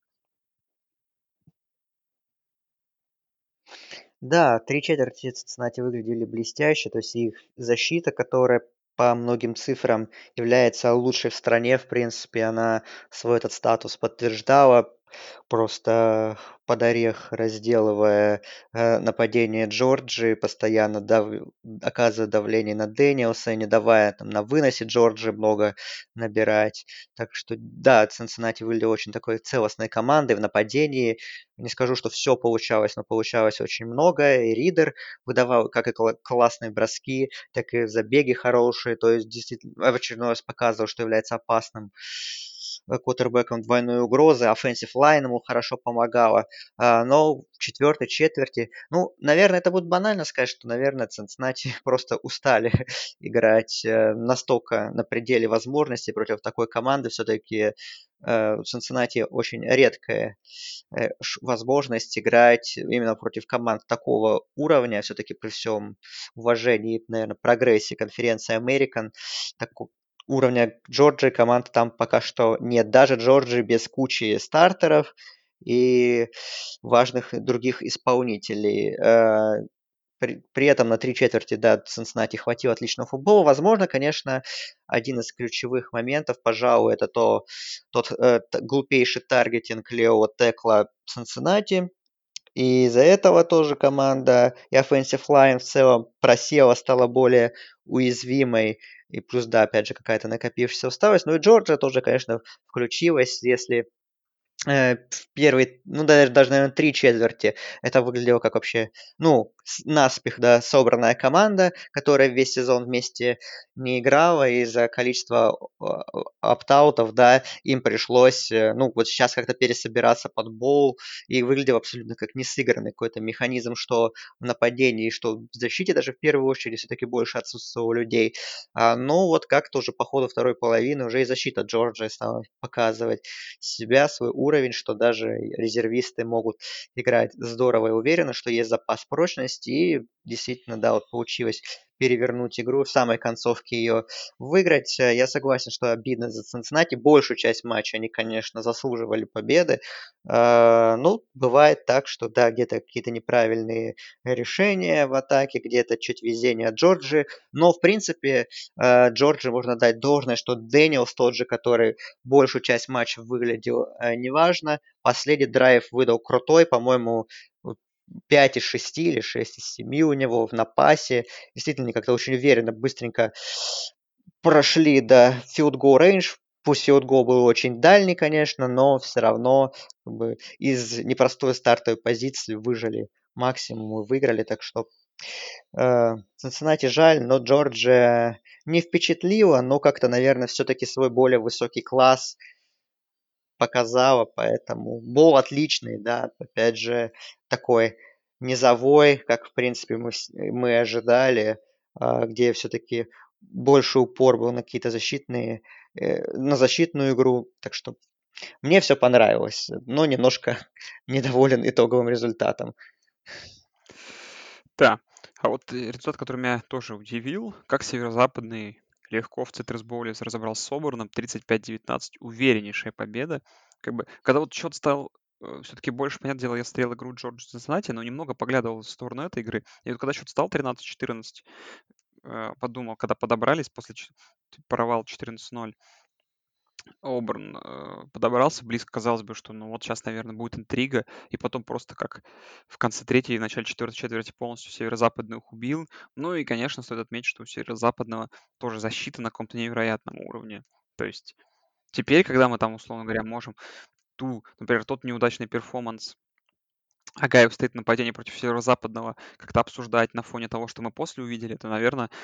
Да, 3 четверти Цинциннати выглядели блестяще, то есть их защита, которая по многим цифрам является лучшей в стране, в принципе, она свой этот статус подтверждала, просто под орех разделывая нападение Джорджии, постоянно оказывая давление на Дэниелса, не давая там на выносе Джорджии много набирать. Так что да, Цинциннати выглядел очень такой целостной командой в нападении. Не скажу, что все получалось, но получалось очень много. И Ридер выдавал как и классные броски, так и забеги хорошие. То есть действительно в очередной раз показывал, что является опасным квотербеком двойной угрозы. Offensive line ему хорошо помогала. Но в четвертой четверти, ну, наверное, это будет банально сказать, что, наверное, Цинциннати просто устали играть настолько на пределе возможностей против такой команды. Все-таки Цинциннати очень редкая возможность играть именно против команд такого уровня, все-таки при всем уважении, наверное, прогрессии конференции American, уровня Джорджии команд там пока что нет. Даже Джорджии без кучи стартеров и важных других исполнителей. При этом на 3 четверти, да, Цинциннати хватило отличного футбола. Возможно, конечно, один из ключевых моментов, пожалуй, это тот глупейший таргетинг левого текла Цинциннати. И из-за этого тоже команда и offensive line в целом просела, стала более уязвимой. И плюс, да, опять же, какая-то накопившаяся усталость. Ну и Джорджия тоже, конечно, включилась, если в первые, ну, даже, наверное, 3 четверти это выглядело как вообще, ну, наспех, да, собранная команда, которая весь сезон вместе не играла из-за количества оптаутов, да, им пришлось, ну, вот сейчас как-то пересобираться под боул, и выглядело абсолютно как несыгранный какой-то механизм, что в нападении, что в защите даже в первую очередь все-таки больше отсутствовало людей. Но вот как-то уже по ходу второй половины уже и защита Джорджии стала показывать себя, свой уровень, что даже резервисты могут играть здорово и уверенно, что есть запас прочности. И действительно, да, вот получилось перевернуть игру, в самой концовке ее выиграть. Я согласен, что обидно за Цинциннати. Большую часть матча они, конечно, заслуживали победы. Ну, бывает так, что да, где-то какие-то неправильные решения в атаке, где-то чуть везение от Джорджи. Но, в принципе, Джорджи можно дать должное, что Дэниелс тот же, который большую часть матча выглядел неважно. Последний драйв выдал крутой, по-моему, 5 из 6 или 6 из 7 у него на пасе. Действительно, как-то очень уверенно, быстренько прошли до field goal range. Пусть field goal был очень дальний, конечно, но все равно как бы, из непростой стартовой позиции выжили максимум и выиграли. Так что Цинциннати жаль, но Джорджия не впечатлила, но как-то, наверное, все-таки свой более высокий класс показала, поэтому бол отличный, да, опять же, такой низовой, как, в принципе, мы ожидали, где все-таки больше упор был на какие-то защитные, на защитную игру, так что мне все понравилось, но немножко недоволен итоговым результатом. Да, а вот результат, который меня тоже удивил, как северо-западный легко в Цитрус-боуле разобрал с Соборном, 35-19, увереннейшая победа. Как бы, когда вот счет стал все-таки больше, понятное дело, я смотрел игру Джорджа Цинциннати, но немного поглядывал в сторону этой игры. И вот когда счет стал 13-14, подумал, когда подобрались после провал 14-0, Оберн подобрался близко, казалось бы, что ну вот сейчас, наверное, будет интрига, и потом просто как в конце третьей и начале четвертой четверти полностью северо-западный их убил. Ну и, конечно, стоит отметить, что у северо-западного тоже защита на каком-то невероятном уровне. То есть теперь, когда мы там, условно говоря, можем например, тот неудачный перформанс Агаев стоит нападение против северо-западного как-то обсуждать на фоне того, что мы после увидели, это, наверное,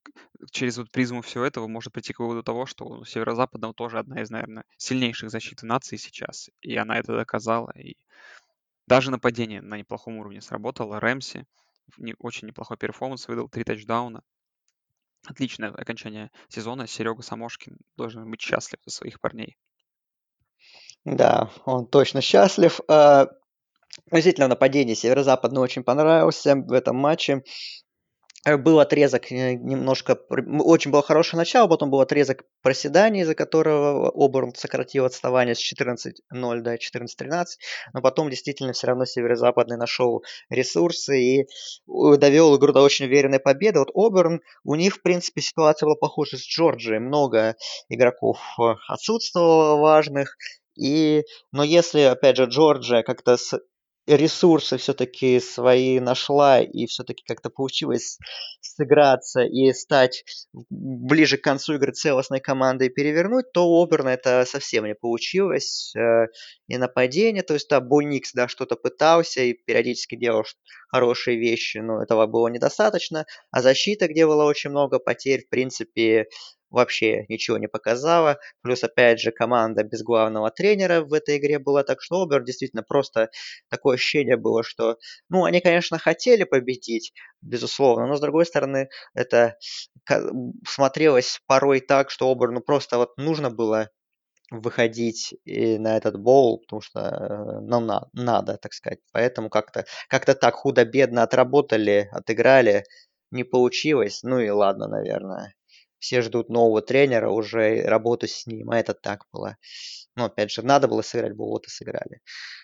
через вот призму всего этого можно прийти к выводу того, что у Северо-Западного тоже одна из, наверное, сильнейших защит нации сейчас. И она это доказала. И даже нападение на неплохом уровне сработало. Рэмси очень неплохой перформанс выдал, 3 тачдауна. Отличное окончание сезона. Серега Самошкин должен быть счастлив за своих парней. Да, он точно счастлив. Действительно, нападение Северо-Западный очень понравился в этом матче. Был отрезок немножко... Очень было хорошее начало, потом был отрезок проседаний, из-за которого Оберн сократил отставание с 14-0 до 14-13, но потом действительно все равно Северо-Западный нашел ресурсы и довел игру до очень уверенной победы. Вот Оберн, у них, в принципе, ситуация была похожа с Джорджией. Много игроков отсутствовало важных, но если, опять же, Джорджия как-то ресурсы все-таки свои нашла и все-таки как-то получилось сыграться и стать ближе к концу игры целостной командой и перевернуть, то у Оберна это совсем не получилось. И нападение, то есть да, Буйникс, да, что-то пытался и периодически делал хорошие вещи, но этого было недостаточно. А защита, где было очень много потерь, в принципе, вообще ничего не показала. Плюс, опять же, команда без главного тренера в этой игре была, так что Обер действительно просто такое ощущение было, что, ну, они, конечно, хотели победить, безусловно, но, с другой стороны, это смотрелось порой так, что Оберну просто вот нужно было выходить и на этот боул, потому что нам надо, так сказать. Поэтому как-то так худо-бедно отработали, отыграли, не получилось. Ну и ладно, наверное. Все ждут нового тренера, уже работу с ним, а это так было. Но опять же, надо было сыграть боул, вот и сыграли.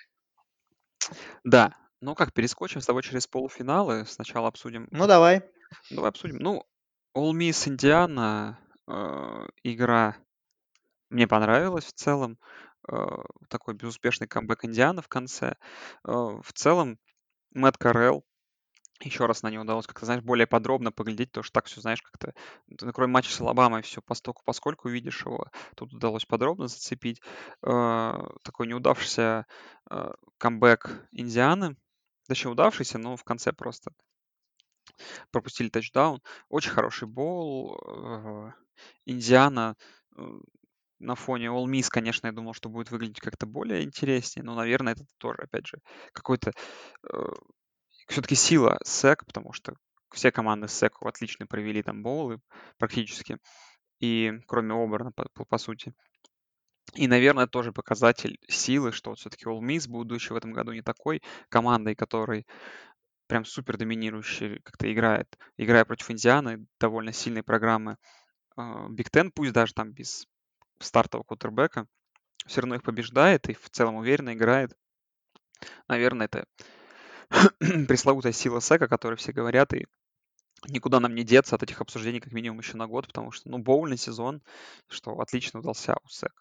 Да, ну как, перескочим с тобой через полуфиналы. Сначала обсудим... Ну давай. Давай обсудим. Ну, Ole Miss Индиана, игра мне понравилась в целом. Такой безуспешный камбэк Индианы в конце. В целом, Мэтт Коррелл, еще раз на него удалось как-то, знаешь, более подробно поглядеть, потому что так все, знаешь, как-то, кроме матча с Алабамой, все постоку поскольку видишь его, тут удалось подробно зацепить. Такой неудавшийся камбэк Индианы, точнее удавшийся, но в конце просто пропустили тачдаун. Очень хороший боул. Индиана э, на фоне All Miss, конечно, я думал, что будет выглядеть как-то более интереснее, но, наверное, это тоже, опять же, какой-то все-таки сила SEC, потому что все команды SEC отлично провели там боулы практически, и кроме Оберна, по сути. И, наверное, тоже показатель силы, что вот все-таки All Miss, будучи в этом году не такой командой, которой прям супер доминирующий как-то играет, играя против Индианы, довольно сильной программы. Биг Тен, пусть даже там без стартового квотербека, все равно их побеждает и в целом уверенно играет. Наверное, это пресловутая сила Сека, о которой все говорят, и никуда нам не деться от этих обсуждений как минимум еще на год, потому что, ну, боульный сезон, что отлично удался у Сек.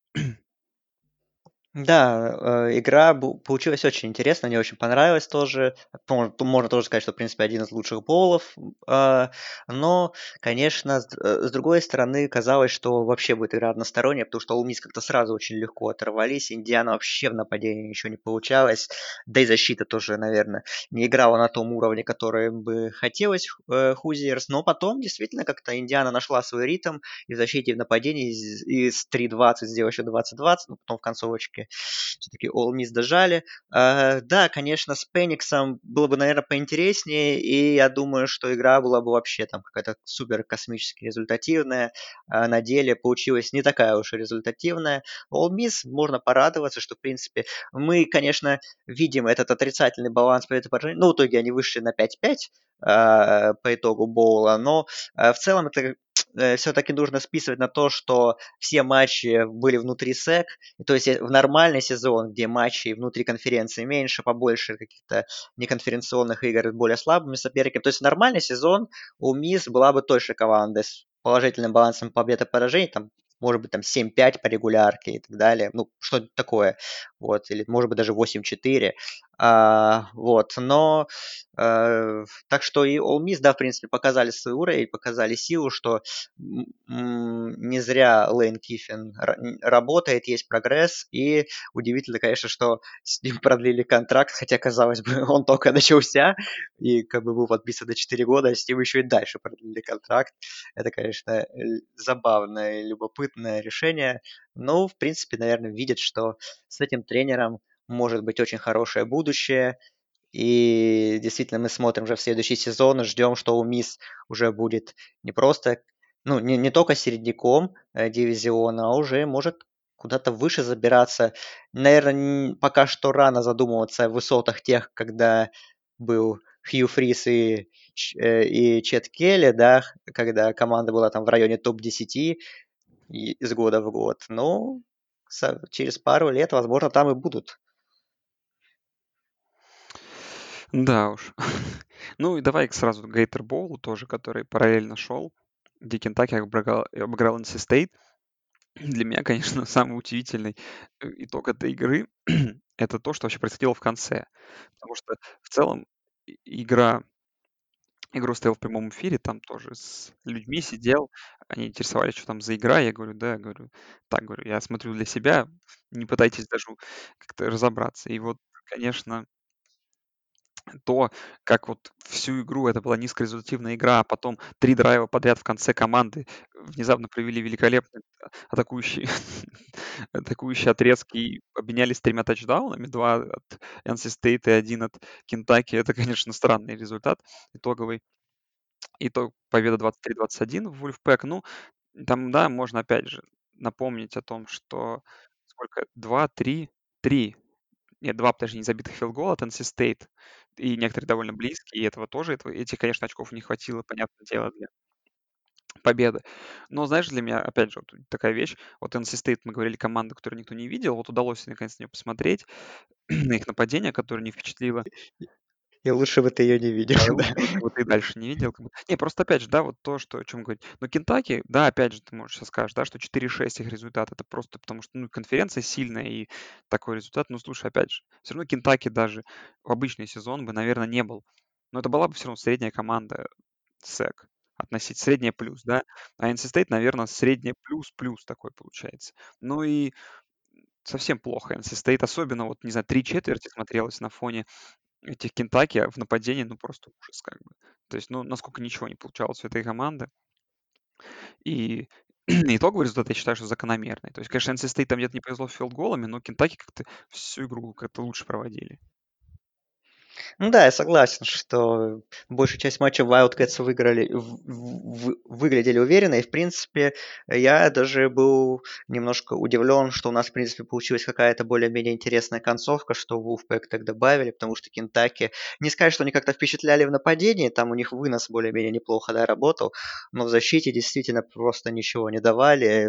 Да, игра получилась очень интересная, мне очень понравилась тоже. Можно тоже сказать, что, в принципе, один из лучших боулов. Но, конечно, с другой стороны, казалось, что вообще будет игра односторонняя, потому что Ole Miss как-то сразу очень легко оторвались. Индиана вообще в нападении ничего не получалось. Да и защита тоже, наверное, не играла на том уровне, который бы хотелось Хузиерс. Но потом, действительно, как-то Индиана нашла свой ритм и в защите, и в нападении из 3-20 сделал еще 20-20, но потом в концовочке все-таки All Miss дожали. Да, конечно, с Пениксом было бы, наверное, поинтереснее, и я думаю, что игра была бы вообще там какая-то супер космически результативная. На деле получилась не такая уж и результативная. All Miss можно порадоваться, что, в принципе, мы, конечно, видим этот отрицательный баланс по этой поражению. Ну, в итоге они вышли на 5-5 по итогу боула, но в целом это все-таки нужно списывать на то, что все матчи были внутри СЭК. То есть в нормальный сезон, где матчей внутри конференции меньше, побольше каких-то неконференционных игр с более слабыми соперниками. То есть в нормальный сезон у МИС была бы точно команда с положительным балансом побед и поражений, там, может быть, там 7-5 по регулярке и так далее. Ну, что-то такое. Вот. Или, может быть, даже 8-4. Вот. Но так что и All Miss, да, в принципе, показали свой уровень, показали силу, что там не зря Лейн Киффин работает, есть прогресс, и удивительно, конечно, что с ним продлили контракт, хотя, казалось бы, он только начался, и как бы был подписан на 4 года, а с ним еще и дальше продлили контракт. Это, конечно, забавное и любопытное решение. Но, в принципе, наверное, видят, что с этим тренером может быть очень хорошее будущее. И действительно, мы смотрим уже в следующий сезон и ждем, что у МИС уже будет не просто, ну, не только середняком дивизиона, а уже может куда-то выше забираться. Наверное, пока что рано задумываться о высотах тех, когда был Хью Фрис и Чет Келли, да, когда команда была там в районе топ-10 из года в год. Но через пару лет, возможно, там и будут. Да уж. Ну и давай сразу к Гейтер Боулу тоже, который параллельно шел, где Кентаки обыграл NC State. Для меня, конечно, самый удивительный итог этой игры — это то, что вообще происходило в конце. Потому что в целом игра игру ставил в прямом эфире, там тоже с людьми сидел, они интересовались, что там за игра. Я говорю: "Да", говорю, "так", говорю, "я смотрю для себя, не пытайтесь даже как-то разобраться". И вот, конечно, то, как вот всю игру это была низкорезультативная игра, а потом 3 драйва подряд в конце команды внезапно провели великолепный атакующий атакующие отрезки и обменялись 3 тачдаунами: 2 от NC State и 1 от Кентаки. Это, конечно, странный результат итоговый. Итог победа 23-21 в Wolfpack. Ну, там, да, можно опять же напомнить о том, что сколько? 2, 3, 3, нет, 2, подожди, незабитых филд-гола от NC State и некоторые довольно близкие. И этого тоже, этих, конечно, очков не хватило, понятное дело, для победы. Но знаешь, для меня, опять же, вот такая вещь. Вот NC State, мы говорили, команда, которую никто не видел. Вот удалось наконец на нее посмотреть, на их нападение, которое не впечатлило. И лучше бы ты ее не видел, Да, и да. лучше бы ты вот и дальше не видел. Как бы. Не, просто опять же, да, вот то, что, о чем говорить. Но Кентаки, да, опять же, ты можешь сейчас скажешь, да, что 4-6 их результат, это просто потому что, ну, конференция сильная и такой результат. Ну, слушай, опять же, все равно Кентаки даже в обычный сезон бы, наверное, не был. Но это была бы все равно средняя команда СЭК. Относить средняя плюс, да. А NC State, наверное, средняя плюс-плюс такой получается. Ну и совсем плохо NC State, особенно вот, не знаю, 3 четверти смотрелось на фоне этих Кентаки, в нападении, ну, просто ужас как бы. То есть, ну, насколько ничего не получалось у этой команды. И итоговый результат, я считаю, что закономерный. То есть, конечно, NC State там где-то не повезло с филдголами, но Кентаки как-то всю игру как-то лучше проводили. Ну да, я согласен, что большую часть матча Wildcats выглядели уверенно, и, в принципе, я даже был немножко удивлен, что у нас, в принципе, получилась какая-то более-менее интересная концовка, что Wolfpack так добавили, потому что Кентаки, не сказать, что они как-то впечатляли в нападении, там у них вынос более-менее неплохо, да, работал, но в защите действительно просто ничего не давали,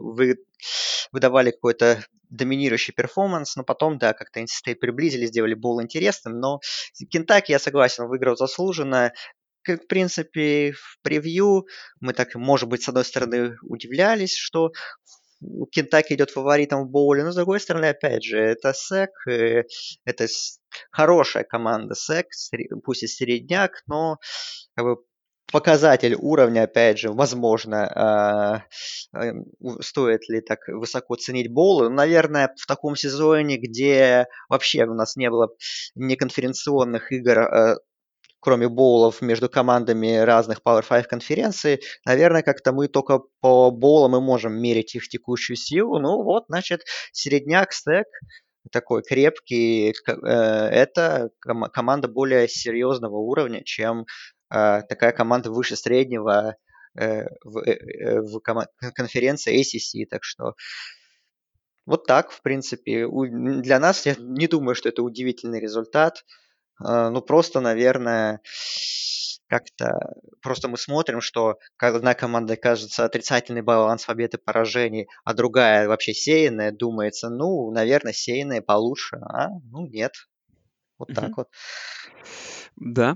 выдавали какой-то доминирующий перформанс, но потом, да, как-то NC State приблизили, сделали бол интересным, но Кентаки, я согласен, выиграл заслуженно. Как, в принципе, в превью мы так, может быть, с одной стороны, удивлялись, что Кентаки идет фаворитом в боуле, но с другой стороны, опять же, это СЭК, это хорошая команда СЭК, пусть и средняк, но как бы, показатель уровня, опять же, возможно, стоит ли так высоко ценить боулы. Ну, наверное, в таком сезоне, где вообще у нас не было неконференционных игр, кроме боулов между командами разных Power 5 конференций, наверное, как-то мы только по боулам и можем мерить их текущую силу. Ну вот, значит, середняк, стек, такой крепкий, это команда более серьезного уровня, чем такая команда выше среднего в конференции ACC. Так что вот так, в принципе, для нас, я не думаю, что это удивительный результат. Ну, просто, наверное, как-то просто мы смотрим, что одна команда кажется отрицательный баланс побед и поражений, а другая вообще сеянная, думается, ну, наверное, сеянная получше, а ну нет, вот Мгм. так вот. Да.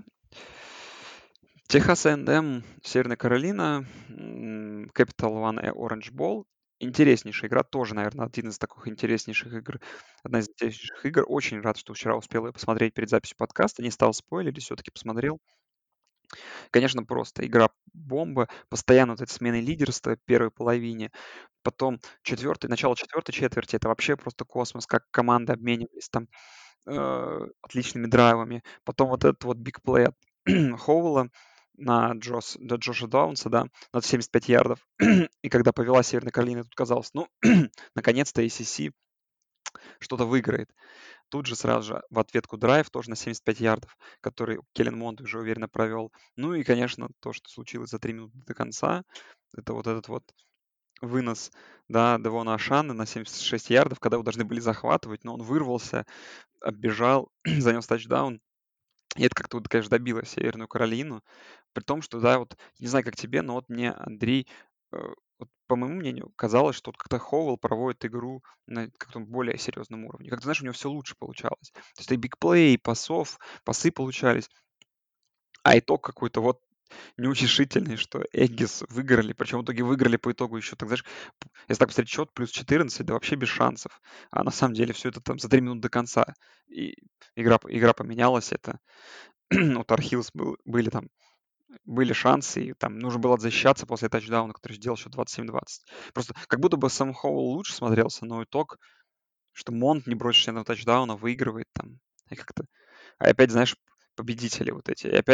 Техас A&M, Северная Каролина, Capital One Orange Bowl. Интереснейшая игра, тоже, наверное, один из таких интереснейших игр, одна из интереснейших игр. Очень рад, что вчера успел ее посмотреть перед записью подкаста, не стал спойлерить, все-таки посмотрел. Конечно, просто игра бомба, постоянно вот эти смены лидерства в первой половине, потом начало четвертой четверти — это вообще просто космос, как команды обменивались там отличными драйвами. Потом вот этот вот бигплей от Хоуэлла до Джоша Даунса, да, на 75 ярдов. И когда повела Северная Каролина, тут казалось, ну, наконец-то ACC что-то выиграет. Тут же сразу же в ответку драйв тоже на 75 ярдов, который Келлен Монд уже уверенно провел. Ну и, конечно, то, что случилось за 3 минуты до конца, это вот этот вот вынос, да, Девона Ашана на 76 ярдов, когда его должны были захватывать, но он вырвался, оббежал, занес тачдаун. И это как-то вот, конечно, добило Северную Каролину. При том, что, да, вот не знаю, как тебе, но вот мне Андрей, э, вот по моему мнению, казалось, что вот как-то Ховел проводит игру на как-то более серьезном уровне. Как-то, знаешь, у него все лучше получалось. То есть и бигплей, и пасы получались, а итог какой-то вот неутешительный, что Эггис выиграли, причем в итоге выиграли по итогу еще, так знаешь, если так посмотреть счет, плюс 14, да вообще без шансов. А на самом деле все это там за 3 минуты до конца. И игра поменялась, это у Тархилс были там были шансы, и там нужно было защищаться после тачдауна, который сделал счет 27-20. Просто как будто бы сам Хоул лучше смотрелся, но итог, что Монт не бросит на тачдауна, выигрывает там. И как-то... А опять, знаешь, победители вот эти. И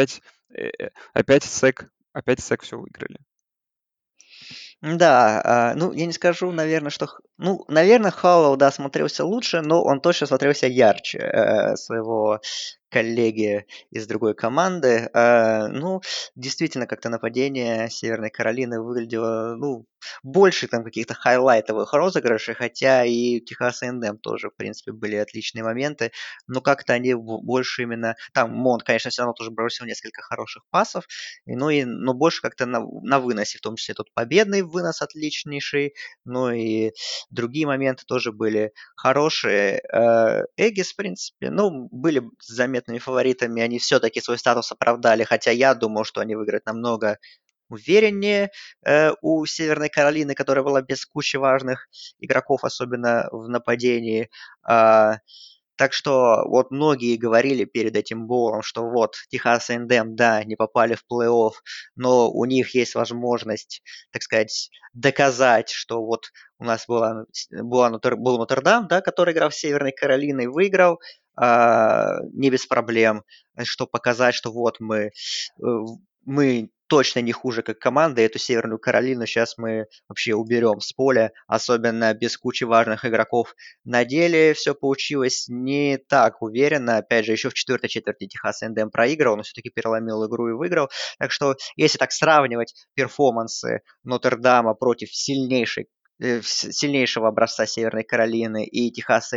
опять сек все выиграли. Да, ну, я не скажу, наверное, что ну, наверное, Халлоу, да, смотрелся лучше, но он точно смотрелся ярче, своего коллеги из другой команды. Ну, действительно, как-то нападение Северной Каролины выглядело, ну, больше там каких-то хайлайтовых розыгрышей, хотя и Техас A&M тоже, в принципе, были отличные моменты, но как-то они больше именно... Там Монт, конечно, все равно тоже бросил несколько хороших пасов, но больше как-то на выносе, в том числе тот победный вынос отличнейший, ну и другие моменты тоже были хорошие. Эггис, в принципе, ну, были заметными фаворитами, они все-таки свой статус оправдали, хотя я думал, что они выиграют намного увереннее у Северной Каролины, которая была без кучи важных игроков, особенно в нападении. А, так что вот многие говорили перед этим боулом, что вот Техас A&M, да, не попали в плей-офф, но у них есть возможность, так сказать, доказать, что вот у нас был Нотр-Дам, да, который играл в Северной Каролине и выиграл, не без проблем, что показать, что вот мы точно не хуже как команда, и эту Северную Каролину сейчас мы вообще уберем с поля, особенно без кучи важных игроков. На деле все получилось не так уверенно. Опять же, еще в четвертой четверти Техас A&M проигрывал, но все-таки переломил игру и выиграл. Так что, если так сравнивать перформансы Нотр-Дама против сильнейшего образца Северной Каролины и Техаса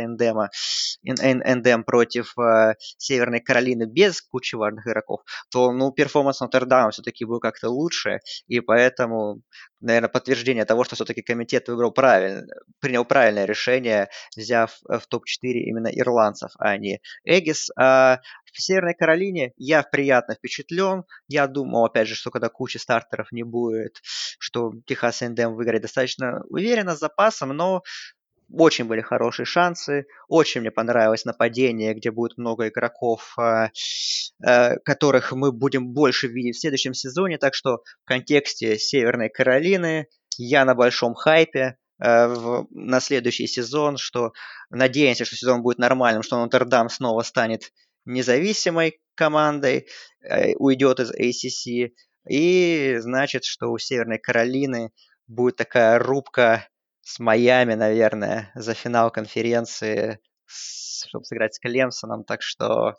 A&M против Северной Каролины без кучи важных игроков, то, ну, перформанс Нотр-Дама все-таки был как-то лучше, и поэтому, наверное, подтверждение того, что все-таки комитет принял правильное решение, взяв в топ-4 именно ирландцев, а не Эггис. А в Северной Каролине я приятно впечатлен. Я думал, опять же, что когда кучи стартеров не будет, что Техас A&M выиграет достаточно уверенно, с запасом, но очень были хорошие шансы. Очень мне понравилось нападение, где будет много игроков, которых мы будем больше видеть в следующем сезоне. Так что в контексте Северной Каролины я на большом хайпе на следующий сезон, что надеемся, что сезон будет нормальным, что Нотр-Дам снова станет независимой командой, уйдет из ACC. И значит, что у Северной Каролины будет такая рубка с Майами, наверное, за финал конференции, чтобы сыграть с Клемсоном. Так что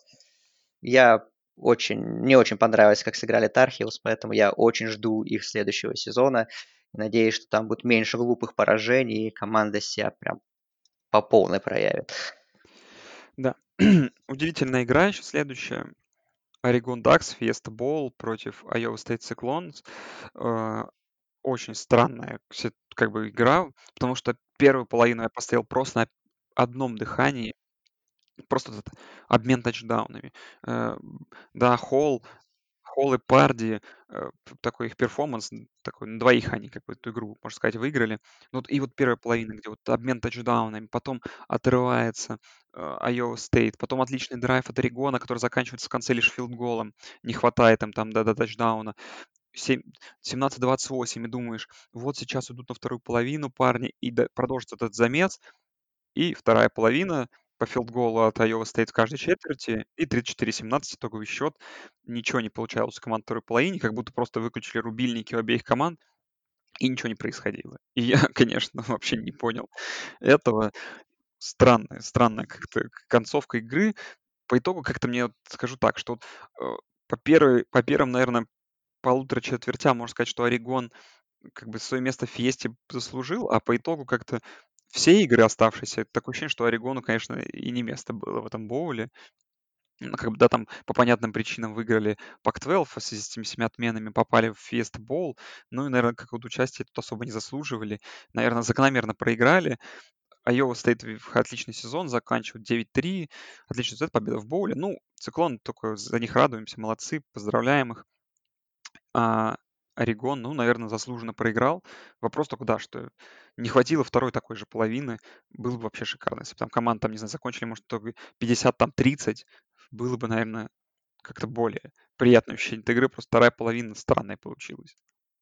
мне очень понравилось, как сыграли Тархиус, поэтому я очень жду их следующего сезона. Надеюсь, что там будет меньше глупых поражений, и команда себя прям по полной проявит. Да. Удивительная игра еще следующая. Oregon Ducks, Fiesta Bowl против Iowa State Cyclones. Э, Очень странная как бы игра, потому что первую половину я поставил просто на одном дыхании, просто этот обмен тачдаунами. Э, Да, Холл и Парди, такой их перформанс, такой на двоих они как бы эту игру, можно сказать, выиграли. Ну вот и вот первая половина, где вот обмен тачдаунами, потом отрывается Айова Стейт, потом отличный драйв от Орегона, который заканчивается в конце лишь филд-голом, не хватает им там до тачдауна. Семь 17-28, и думаешь, вот сейчас идут на вторую половину парни, и продолжится этот замес, и вторая половина по филд-голу от Iowa State в каждой четверти, и 34-17 итоговый счет. Ничего не получалось у команд второй половине, как будто просто выключили рубильники у обеих команд, и ничего не происходило. И я, конечно, вообще не понял этого. Странная как-то концовка игры. По итогу как-то мне, вот скажу так, что вот, по первым, наверное, полутора четвертям можно сказать, что Орегон как бы свое место в Фиесте заслужил, а по итогу как-то все игры оставшиеся, такое ощущение, что Орегону, конечно, и не место было в этом боуле. Ну, как бы, да, там по понятным причинам выиграли Пак-12, в связи с этими всеми отменами попали в Фиеста Боул, ну и, наверное, какого-то участия тут особо не заслуживали. Наверное, закономерно проиграли. Айова стоит в отличный сезон, заканчивают 9-3, отличный результат, победа в боуле. Ну, Циклон, только за них радуемся, молодцы, поздравляем их. А Орегон, ну, наверное, заслуженно проиграл. Вопрос только, да, что не хватило второй такой же половины. Было бы вообще шикарно. Если бы там команда, там, не знаю, закончили, может, только 50, там, 30, было бы, наверное, как-то более приятное ощущение от игры. Просто вторая половина странная получилась.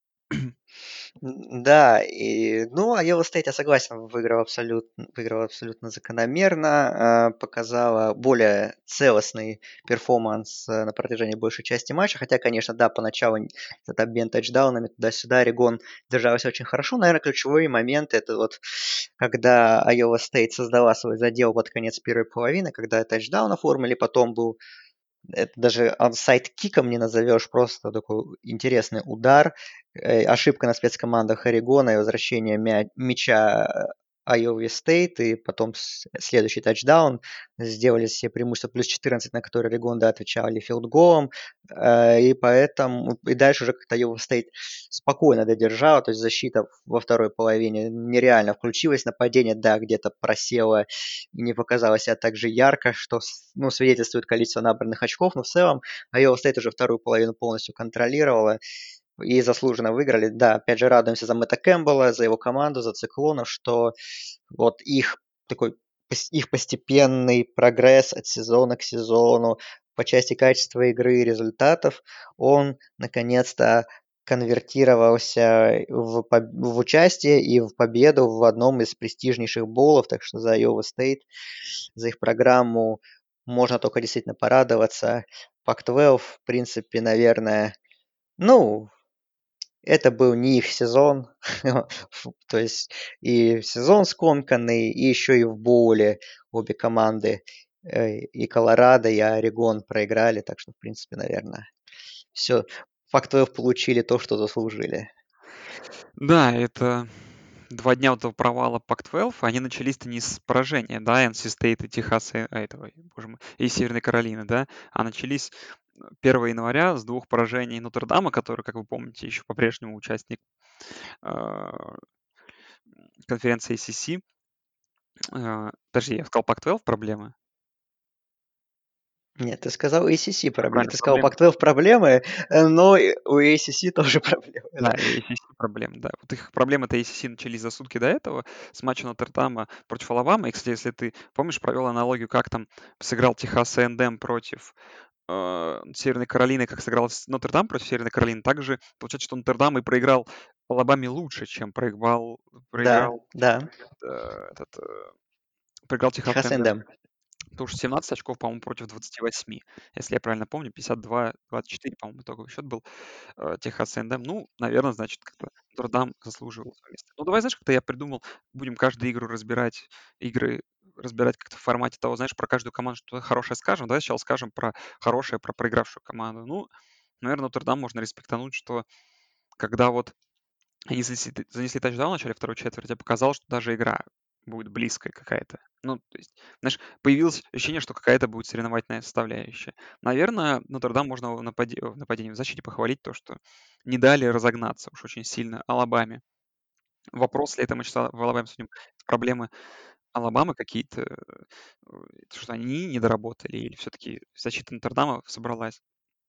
Да, и, ну, Iowa State, я согласен, выиграл абсолютно закономерно, показала более целостный перформанс на протяжении большей части матча, хотя, конечно, да, поначалу этот обмен тачдаунами туда-сюда Орегон держался очень хорошо. Наверное, ключевой момент это вот, когда Iowa State создала свой задел под конец первой половины, когда тачдаун оформили, потом был это даже ансайд-киком не назовешь, просто такой интересный удар. Ошибка на спецкомандах Орегона и возвращение мяча Айове Стейт, и потом следующий тачдаун. Сделали себе преимущество плюс 14, на который Орегон, да, отвечали филдголом. И поэтому, и дальше уже как-то Айова Стейт спокойно додержала, то есть защита во второй половине нереально включилась, нападение, да, где-то просело и не показала себя так же ярко, что ну, свидетельствует количество набранных очков, но в целом Iowa State уже вторую половину полностью контролировала и заслуженно выиграли. Да, опять же, радуемся за Мэтта Кэмпбелла, за его команду, за циклонов, что вот их такой их постепенный прогресс от сезона к сезону по части качества игры и результатов, он наконец-то конвертировался в участие и в победу в одном из престижнейших боулов, так что за Iowa State, за их программу можно только действительно порадоваться. Пак-12, в принципе, наверное, ну, это был не их сезон, то есть и сезон скомканный, и еще и в боуле обе команды, и Колорадо, и Орегон проиграли, так что, в принципе, наверное, все, Пак-12 получили то, что заслужили. Да, это 2 дня вот этого провала Пак-12, они начались-то не с поражения, да, NC State и Техаса, этого, боже мой, и Северной Каролины, да, а начались 1 января с двух поражений Нотр-Дама, который, как вы помните, еще по-прежнему участник а, конференции ACC. Подожди, я сказал Пак-12 проблемы? Нет, ты сказал ACC проблемы. Правильно, Ты сказал проблемы. Пак-12 проблемы, но и у ACC тоже проблемы. Да, Да, и ACC проблемы, да. Вот их проблемы-то ACC начались за сутки до этого с матча Нотр-Дама против Алабамы. И, кстати, если ты помнишь, провел аналогию, как там сыграл Техас A&M против Северной Каролины, как сыграл Нотр-Дам против Северной Каролины, также получается, что Нотр-Дам и проиграл Алабаме лучше, чем да, проиграл да. э, этот, проиграл Техас Техас A&M. A&M. Потому что 17 очков, по-моему, против 28. Если я правильно помню, 52-24, по-моему, итоговый счет был. Техас A&M. Ну, наверное, значит, как-то Нотр-Дам заслуживал свое место. Ну, давай, знаешь, как-то я придумал, будем каждую игры разбирать как-то в формате того, знаешь, про каждую команду что-то хорошее скажем. Давай сначала скажем про хорошее, про проигравшую команду. Ну, наверное, Нотр-Дам можно респектануть, что когда вот они занесли тачдаун в начале второй четверти, показалось, что даже игра будет близкая какая-то. Ну, то есть, знаешь, появилось ощущение, что какая-то будет соревновательная составляющая. Наверное, Нотр-Дам можно в нападении, в защите похвалить то, что не дали разогнаться уж очень сильно Алабаме. Вопрос, ли это мы сейчас в Алабаме судим, проблемы Алабамы какие-то, что они не доработали, или все-таки защита Нотр-Дама собралась?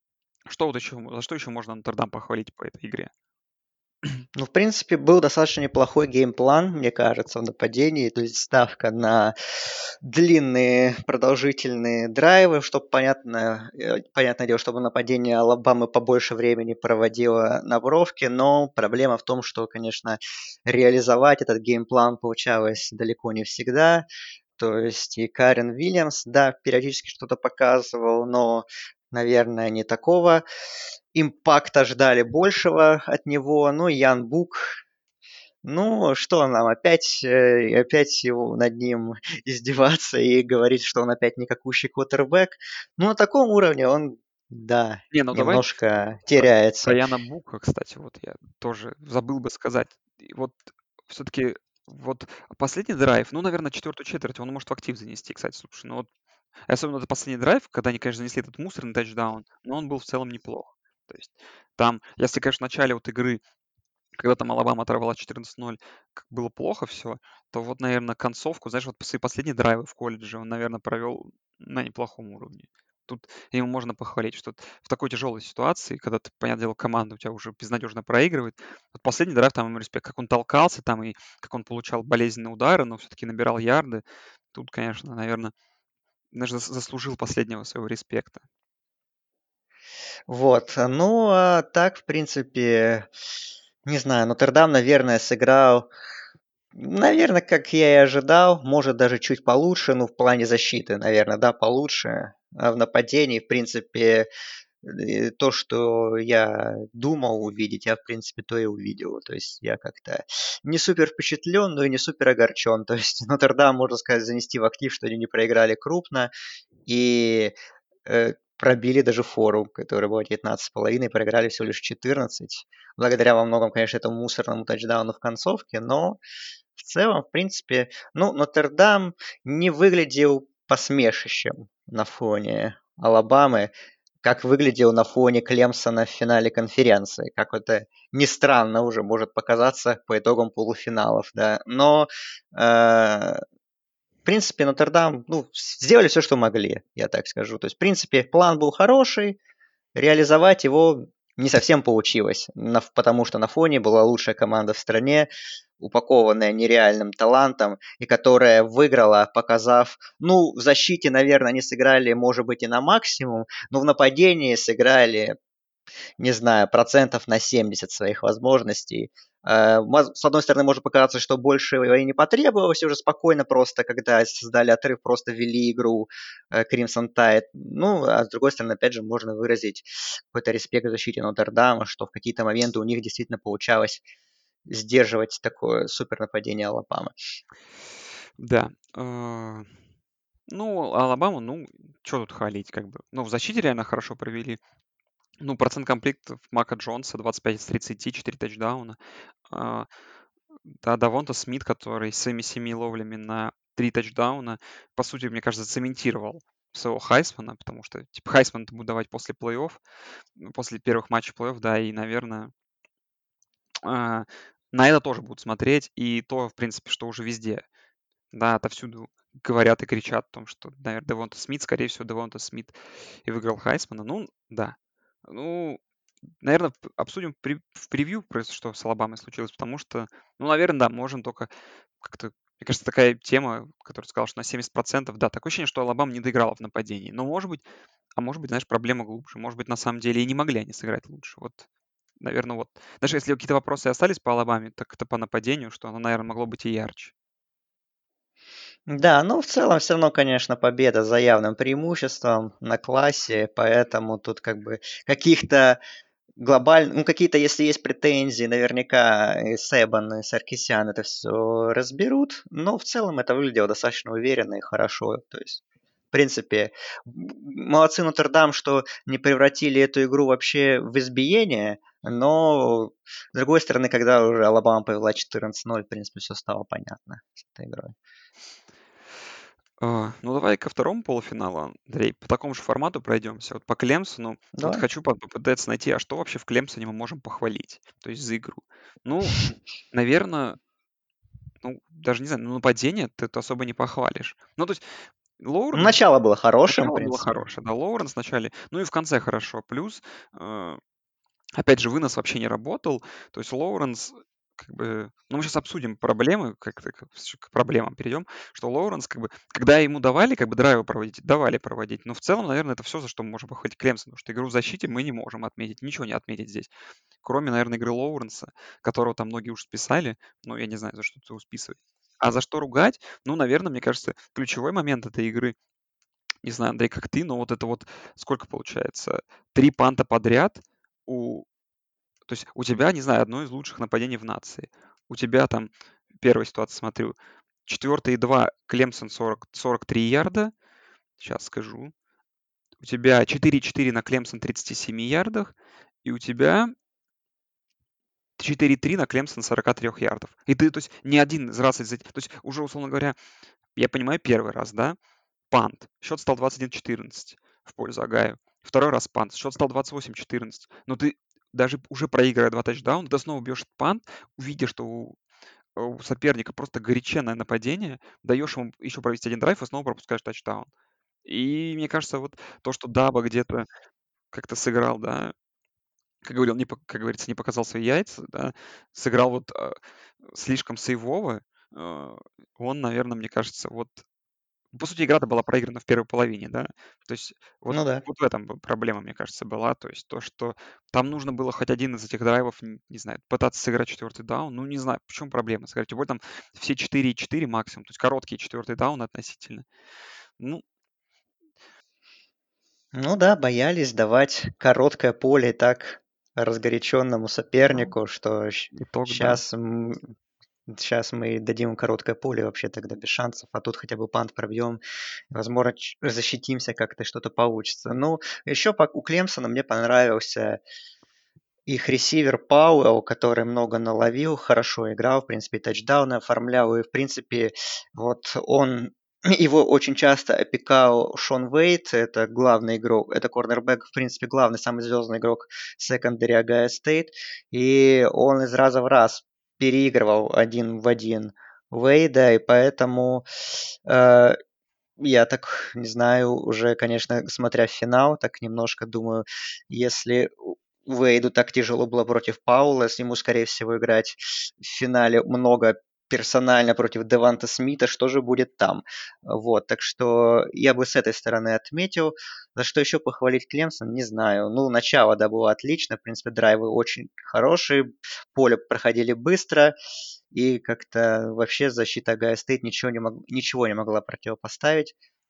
Что вот еще, за что еще можно Нотр-Дам похвалить по этой игре? Ну, в принципе, был достаточно неплохой геймплан, мне кажется, в нападении. То есть ставка на длинные продолжительные драйвы, чтобы, понятное дело, чтобы нападение Алабамы побольше времени проводило на бровке. Но проблема в том, что, конечно, реализовать этот геймплан получалось далеко не всегда. То есть и Карен Вильямс, да, периодически что-то показывал, но, наверное, не такого импакта ждали большего от него. Ну, Ян Бук, ну, что нам, опять его над ним издеваться и говорить, что он опять никакущий квотербек. Ну, на таком уровне он, да, Не, ну давай немножко про, про теряется. Яна Бука, кстати, вот я тоже забыл бы сказать. И вот все-таки вот последний драйв, ну, наверное, четвертую четверть он может в актив занести, кстати, слушай. Ну вот, особенно это последний драйв, когда они, конечно, занесли этот мусорный тачдаун, но он был в целом неплох. То есть там, если, конечно, в начале вот игры, когда там Алабама оторвала 14-0, как было плохо все, то вот, наверное, концовку, знаешь, вот свои последние драйвы в колледже он, наверное, провел на неплохом уровне. Тут ему можно похвалить, что в такой тяжелой ситуации, когда ты, понятное дело, команда у тебя уже безнадежно проигрывает, вот последний драйв, там ему респект, как он толкался там и как он получал болезненные удары, но все-таки набирал ярды. Тут, конечно, наверное, даже заслужил последнего своего респекта. Вот, ну, а так, в принципе, не знаю, Нотр-Дам, наверное, сыграл, наверное, как я и ожидал, может, даже чуть получше, ну, в плане защиты, наверное, да, получше. А в нападении, в принципе, то, что я думал увидеть, я, в принципе, то и увидел. То есть я как-то не супер впечатлен, но и не супер огорчен. То есть Нотр-Дам, можно сказать, занести в актив, что они не проиграли крупно. И пробили даже фору, который был 19,5, проиграли всего лишь 14. Благодаря во многом, конечно, этому мусорному тачдауну в концовке, но в целом, в принципе, ну, Нотр-Дам не выглядел посмешищем на фоне Алабамы, как выглядел на фоне Клемсона в финале конференции. Как это ни странно уже может показаться по итогам полуфиналов, да. Но в принципе, Нотр-Дам, ну, сделали все, что могли, я так скажу. То есть, в принципе, план был хороший, реализовать его не совсем получилось, потому что на фоне была лучшая команда в стране, упакованная нереальным талантом, и которая выиграла, показав, ну, в защите, наверное, они сыграли, может быть, и на максимум, но в нападении сыграли, не знаю, процентов на 70 своих возможностей. С одной стороны, может показаться, что больше и не потребовалось, уже спокойно просто, когда создали отрыв, просто вели игру Crimson Tide. Ну, а с другой стороны, опять же, можно выразить какой-то респект защите Нотр-Дама, что в какие-то моменты у них действительно получалось сдерживать такое супер нападение Алабамы. Да. Ну, Алабама, ну, что тут хвалить, как бы. Ну, в защите реально хорошо провели. Ну, процент комплектов Мака Джонса 25 из 30, 4 тачдауна. А, Да, Давонта Смит, который с своими 7 ловлями на 3 тачдауна, по сути, мне кажется, цементировал своего Хайсмана, потому что, типа, Хайсман это будет давать после плей-офф, после первых матчей плей-офф, да, и, наверное, а, на это тоже будут смотреть, и то, в принципе, что уже везде, да, отовсюду говорят и кричат о том, что, наверное, Девонта Смит, скорее всего, Девонта Смит и выиграл Хайсмана. Ну, да. Ну, наверное, обсудим в превью, просто что с Алабамой случилось, потому что, ну, наверное, да, можем только как-то, мне кажется, такая тема, которая сказала, что на 70%, да, такое ощущение, что Алабама не доиграла в нападении. Но, может быть, знаешь, проблема глубже. Может быть, на самом деле и не могли они сыграть лучше. Вот, наверное, вот. Даже если какие-то вопросы и остались по Алабаме, так это по нападению, что оно, наверное, могло быть и ярче. Да, ну в целом все равно, конечно, победа за явным преимуществом на классе, поэтому тут как бы каких-то глобально, ну, какие-то, если есть претензии, наверняка и Себан, и Саркисян это все разберут, но в целом это выглядело достаточно уверенно и хорошо. То есть, в принципе, молодцы Нотр-Дам, что не превратили эту игру вообще в избиение, но, с другой стороны, когда уже Алабама повела 14-0, в принципе, все стало понятно с этой игрой. Ну, давай ко второму полуфиналу, Андрей. По такому же формату пройдемся. Вот по Клемсону. Вот Давай. хочу попытаться найти, а что вообще в Клемсоне мы можем похвалить? То есть за игру. Ну, наверное, ну, даже не знаю, ну, нападение ты особо не похвалишь. Ну, то есть Лоуренс Начало было хорошим, в начало было принципе. хорошее, да, Лоуренс в начале, ну и в конце хорошо. Плюс, э, опять же, вынос вообще не работал. То есть Лоуренс как бы, ну, мы сейчас обсудим проблемы, как-то к проблемам перейдем, что Лоуренс, как бы, когда ему давали, как бы, драйвы проводить, давали проводить, но в целом, наверное, это все, за что мы можем похвалить Клемсон, потому что игру в защите мы не можем отметить, ничего не отметить здесь. Кроме, наверное, игры Лоуренса, которого там многие уже списали, но я не знаю, за что его списывать. А за что ругать? Ну, наверное, мне кажется, ключевой момент этой игры, не знаю, Андрей, как ты, но вот это вот сколько получается? 3 панта подряд у то есть у тебя, не знаю, одно из лучших нападений в нации. У тебя там, первая ситуация, смотрю, 4 и 2, Клемсон 43 ярда, сейчас скажу. У тебя 4,4 на Клемсон 37 ярдах, и у тебя 4,3 на Клемсон 43 ярдов. И ты, то есть, ни один из раз то есть, уже, условно говоря, я понимаю, первый раз, да, пант, счет стал 21-14 в пользу Агаю. Второй раз пант, счет стал 28-14. Но ты даже уже проигрывая 2 тачдауна, ты снова бьешь пант, увидя, что у соперника просто горяченное нападение, даешь ему еще провести один драйв и снова пропускаешь тачдаун. И мне кажется, вот то, что Даба где-то как-то сыграл, да, как говорил, как говорится, не показал свои яйца, да, сыграл вот слишком сейвово, э, он, наверное, мне кажется, вот по сути, игра-то была проиграна в первой половине, да. То есть вот, Ну да. вот в этом проблема, мне кажется, была. То есть то, что там нужно было хоть один из этих драйвов, не знаю, пытаться сыграть четвертый даун. Ну, не знаю, в чем проблема сыграть. Тем более там все 4,4 максимум, то есть короткие четвертый даун относительно. Ну, Ну да, боялись давать короткое поле так разгоряченному ну, сопернику, что итог, да. сейчас мы дадим им короткое поле вообще тогда без шансов, а тут хотя бы пант пробьем, возможно, защитимся как-то, что-то получится. Ну, еще у Клемсона мне понравился их ресивер Пауэлл, который много наловил, хорошо играл, в принципе, тачдауны оформлял, и, в принципе, вот он его очень часто опекал Шон Уэйт, это главный игрок, это корнербэк, в принципе, главный, самый звездный игрок секондари Агайо Стейт, и он из раза в раз переигрывал один в один Уэйда, и поэтому э, я так не знаю, уже, конечно, смотря финал, так немножко думаю, если Уэйду так тяжело было против Паула, ему, скорее всего, играть в финале много персонально против Деванта Смита, что же будет там? Вот, так что я бы с этой стороны отметил. За что еще похвалить Клемсон, не знаю. Ну, начало, да, было отлично. В принципе, драйвы очень хорошие, поле проходили быстро. И как-то вообще защита Гайо Стейт ничего не могла противопоставить.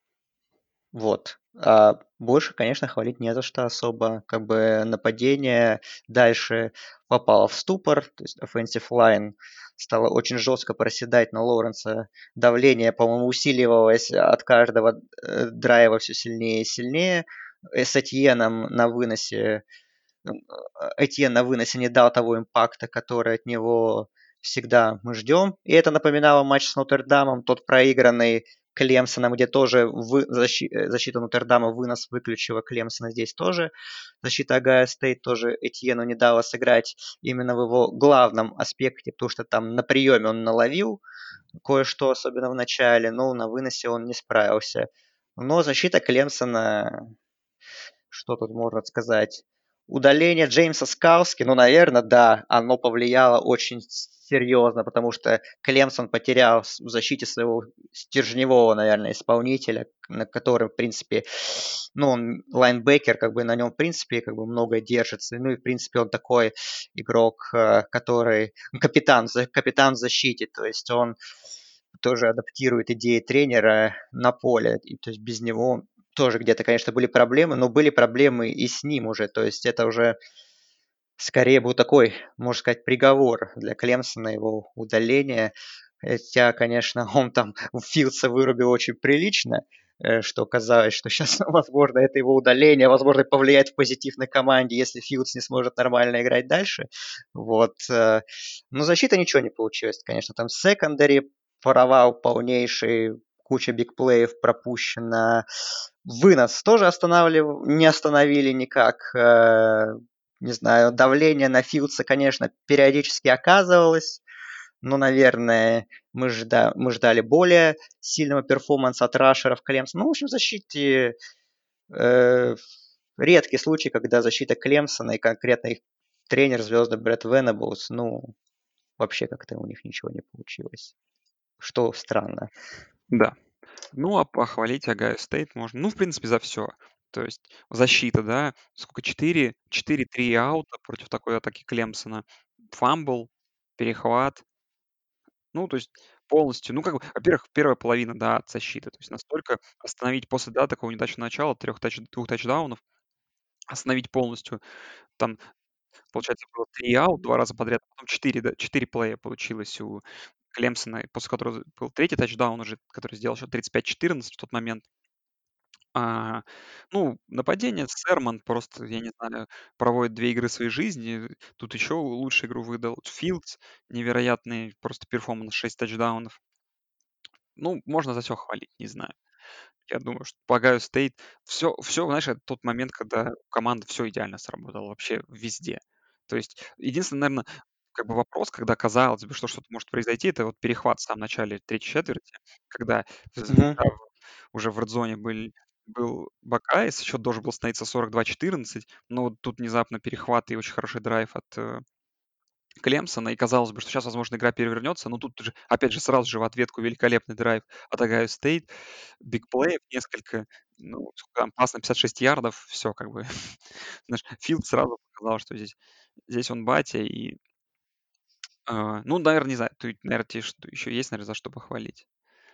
Вот. А больше, конечно, хвалить не за что особо. Как бы нападение дальше попало в ступор. То есть offensive line стало очень жестко проседать на Лоуренса. Давление, по-моему, усиливалось от каждого драйва все сильнее и сильнее. С Этьеном на выносе Этьен на выносе не дал того импакта, который от него всегда мы ждем. И это напоминало матч с Нотр-Дамом, тот проигранный Клемсоном, где тоже защита Нотр-Дама вынос выключила Клемсона. Здесь тоже защита Агайо Стейт тоже Этьену не дала сыграть именно в его главном аспекте, потому что там на приеме он наловил кое-что, особенно в начале, но на выносе он не справился. Но защита Клемсона, что тут можно сказать? Удаление Джеймса Скауски, ну, наверное, да, оно повлияло очень серьезно, потому что Клемсон потерял в защите своего стержневого, наверное, исполнителя, на котором, в принципе, ну, он лайнбекер, как бы на нем, в принципе, как бы много держится. Ну, и, в принципе, он такой игрок, который капитан в защите, то есть он тоже адаптирует идеи тренера на поле. И, то есть без него тоже где-то, конечно, были проблемы, но были проблемы и с ним уже. То есть это уже скорее был такой, можно сказать, приговор для Клемсона, его удаление. Хотя, конечно, он там Филдса вырубил очень прилично, что казалось, что сейчас, возможно, это его удаление, возможно, повлияет в позитив на команде, если Филдс не сможет нормально играть дальше. Вот. Но защита ничего не получилось, конечно. Там секондари провал полнейший, куча бигплеев пропущена. Вынос тоже не остановили никак. Не знаю, давление на Филдса, конечно, периодически оказывалось, но, наверное, мы ждали более сильного перформанса от рашеров Клемсона. Ну, в общем, в защите э, редкий случай, когда защита Клемсона и конкретно их тренер звезды Брэд Венеблс, ну, вообще как-то у них ничего не получилось. Что странно. Да. Ну, а похвалить Огайо Стейт можно, ну, в принципе, за все. То есть защита, да, сколько, 4-3 аута против такой атаки Клемсона, фамбл, перехват. Ну, то есть полностью, ну, как бы, во-первых, первая половина, да, от защиты. То есть настолько остановить после, да, такого неудачного начала, 2 тачдаунов, остановить полностью. Там, получается, было 3 аут 2 раза подряд, потом 4, да, 4 плея получилось у Клемсона, после которого был третий тачдаун уже, который сделал счет 35-14 в тот момент. А, ну, нападение Сермон просто, я не знаю, проводит 2 игры своей жизни. Тут еще лучшую игру выдал. Филдс невероятный просто перформанс, 6 тачдаунов. Ну, можно за все хвалить, не знаю. Я думаю, что полагаю, Стейт все, знаешь, это тот момент, когда у команды все идеально сработало вообще везде. То есть единственный, наверное, как бы вопрос, когда казалось бы, что что-то может произойти, это вот перехват в самом начале третьей четверти, когда Мгм. да, уже в редзоне был Бакаис, счет должен был становиться 42-14, но вот тут внезапно перехват и очень хороший драйв от Клемсона, и казалось бы, что сейчас, возможно, игра перевернется, но тут же, опять же, сразу же в ответку великолепный драйв от Огайо Стейт, бигплеев несколько, ну, сколько там, пас на 56 ярдов, все как бы. Знаешь, Филд сразу показал, что здесь он батя, и, ну, наверное, не знаю, тут, наверное, тебе что еще есть, наверное, за что похвалить.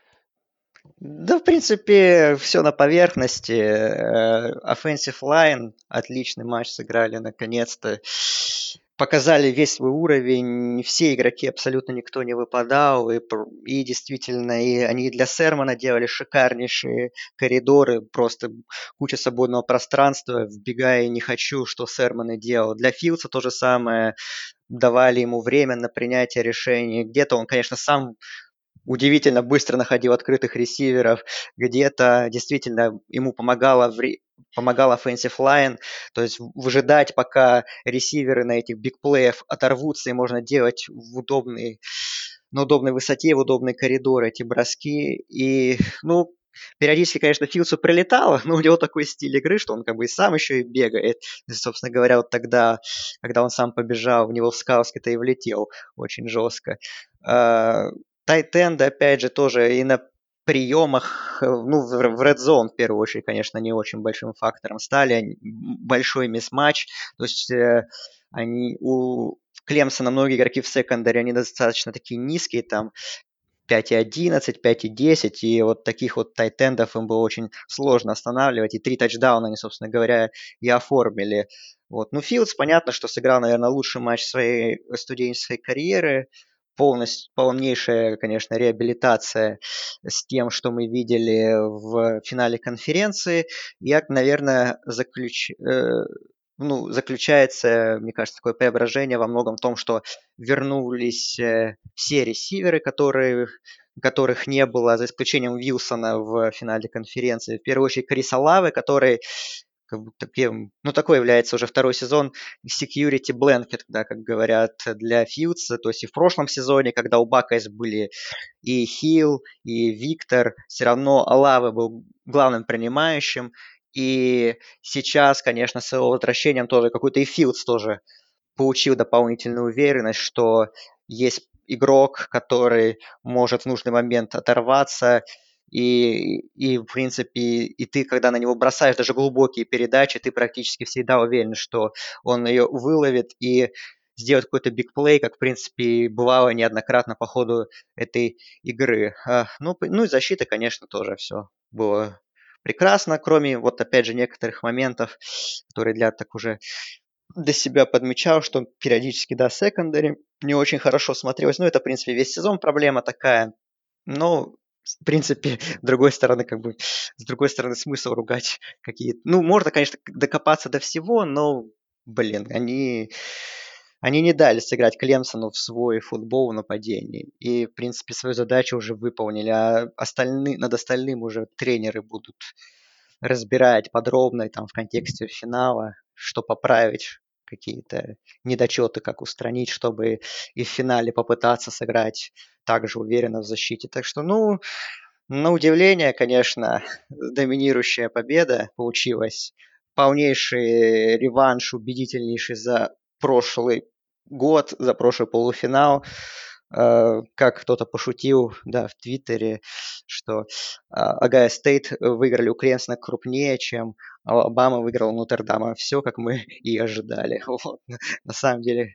Да, в принципе, все на поверхности. Offensive line, отличный матч сыграли наконец-то. Показали весь свой уровень, все игроки, абсолютно никто не выпадал, и действительно, и они для Сермона делали шикарнейшие коридоры, просто куча свободного пространства, вбегая не хочу, что Сермон и делал. Для Филдса то же самое, давали ему время на принятие решений. Где-то он, конечно, сам удивительно быстро находил открытых ресиверов, где-то действительно ему помогал offensive line, то есть выжидать, пока ресиверы на этих бигплеев оторвутся, и можно делать на удобной высоте, в удобный коридор эти броски. И, ну, периодически, конечно, Филдсу прилетало, но у него такой стиль игры, что он как бы и сам еще и бегает. И, собственно говоря, вот тогда, когда он сам побежал, в него в скауске-то и влетел очень жестко. Тайтенды, опять же, тоже и на приемах, ну, в Red Zone, в первую очередь, конечно, не очень большим фактором стали. Большой мисс-матч. То есть у Клемсона многие игроки в секондаре, они достаточно такие низкие, там 5,11, 5,10, и вот таких вот тайтендов им было очень сложно останавливать, и 3 тачдауна они, собственно говоря, и оформили. Вот. Ну, Филдс, понятно, что сыграл, наверное, лучший матч своей студенческой карьеры, полнейшая, конечно, реабилитация с тем, что мы видели в финале конференции. Я, наверное, заключается, мне кажется, такое преображение во многом в том, что вернулись все ресиверы, которых не было, за исключением Вилсона в финале конференции. В первую очередь Криса Лавы, который как бы таким, ну, такой является уже второй сезон security blanket, да, как говорят, для Фьюдса. То есть и в прошлом сезоне, когда у Бакайс были и Хилл, и Виктор, все равно Алава был главным принимающим. И сейчас, конечно, с его возвращением тоже какой-то и Филдс тоже получил дополнительную уверенность, что есть игрок, который может в нужный момент оторваться, в принципе, и ты, когда на него бросаешь даже глубокие передачи, ты практически всегда уверен, что он ее выловит и сделает какой-то бигплей, как, в принципе, бывало неоднократно по ходу этой игры. Ну и защита, конечно, тоже все было прекрасно, кроме, вот опять же, некоторых моментов, которые для так уже для себя подмечал, что периодически, да, секондари не очень хорошо смотрелось. Ну, это, в принципе, весь сезон проблема такая. Но, в принципе, с другой стороны, с другой стороны, смысл ругать какие-то... Ну, можно, конечно, докопаться до всего, но, блин, они не дали сыграть Клемсону в свой футбол в нападении. И, в принципе, свою задачу уже выполнили, а над остальным уже тренеры будут разбирать подробно, и там, в контексте финала, что поправить, какие-то недочеты, как устранить, чтобы и в финале попытаться сыграть так же уверенно в защите. Так что, ну, на удивление, конечно, доминирующая победа получилась. Полнейший реванш, убедительнейший за прошлый год, за прошлый полуфинал. Как кто-то пошутил, да, в Твиттере, что Огайо Стейт выиграли у Клемсона крупнее, чем Алабама выиграл у Нотр-Дама. Все, как мы и ожидали. Вот. На самом деле,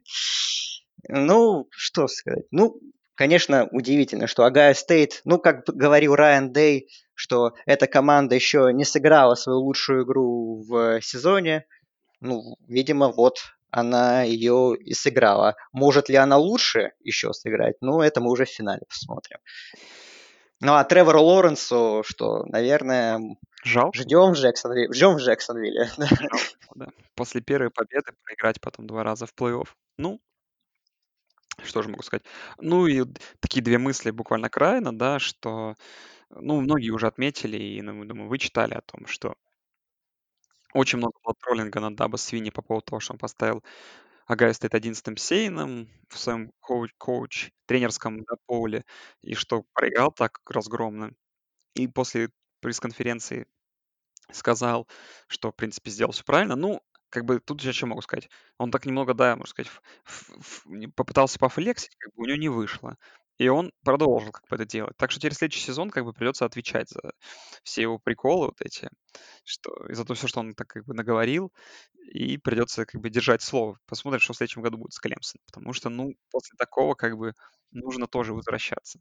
ну, что сказать. Ну, конечно, удивительно, что Огайо Стейт, ну, как говорил Райан Дэй, что эта команда еще не сыграла свою лучшую игру в сезоне. Ну, видимо, вот она ее и сыграла. Может ли она лучше еще сыграть? Ну, это мы уже в финале посмотрим. Ну, а Тревору Лоренсу, что, наверное, Жалко, ждем в Джексонвилле. жалко, да. После первой победы проиграть потом 2 раза в плей-офф. Ну, что же могу сказать? Ну и вот такие 2 мысли буквально к Райану, да, что, ну, многие уже отметили и, ну, думаю, вы читали о том, что очень много было троллинга на Даба Свинни по поводу того, что он поставил Огайо Стейт 11-м сейном в своем тренерском, да, поуле, и что проиграл так разгромно. И после пресс-конференции сказал, что, в принципе, сделал все правильно. Ну, как бы тут я что могу сказать? Он так немного, да, можно сказать, попытался пофлексить, как бы у него не вышло. И он продолжил как бы это делать. Так что теперь следующий сезон как бы придется отвечать за все его приколы вот эти, что и за то все, что он так как бы наговорил, и придется как бы держать слово. Посмотрим, что в следующем году будет с Клемсон. Потому что, ну, после такого как бы нужно тоже возвращаться.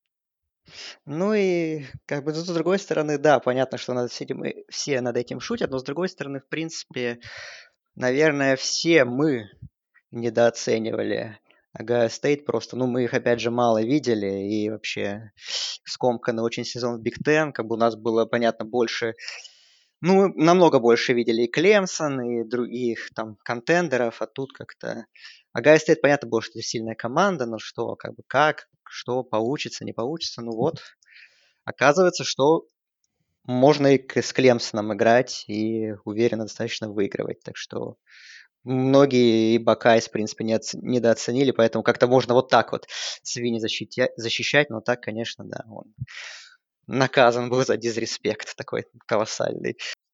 Ну и как бы с другой стороны, да, понятно, что над этим, все над этим шутят, но с другой стороны, в принципе, наверное, все мы недооценивали Огайо Стейт просто. Ну, мы их, опять же, мало видели, и вообще скомканный очень сезон в Биг Тен, как бы у нас было, понятно, больше, ну, мы намного больше видели и Клемсон, и других там контендеров, а тут как-то... Огайо Стейт, понятно было, что это сильная команда, но что, как бы, как, что получится, не получится, ну вот, оказывается, что можно и с Клемсоном играть и уверенно достаточно выигрывать. Так что многие и Бакайс, в принципе, недооценили, поэтому как-то можно вот так вот Свини защищать, но так, конечно, да, он наказан был за дизреспект такой колоссальный.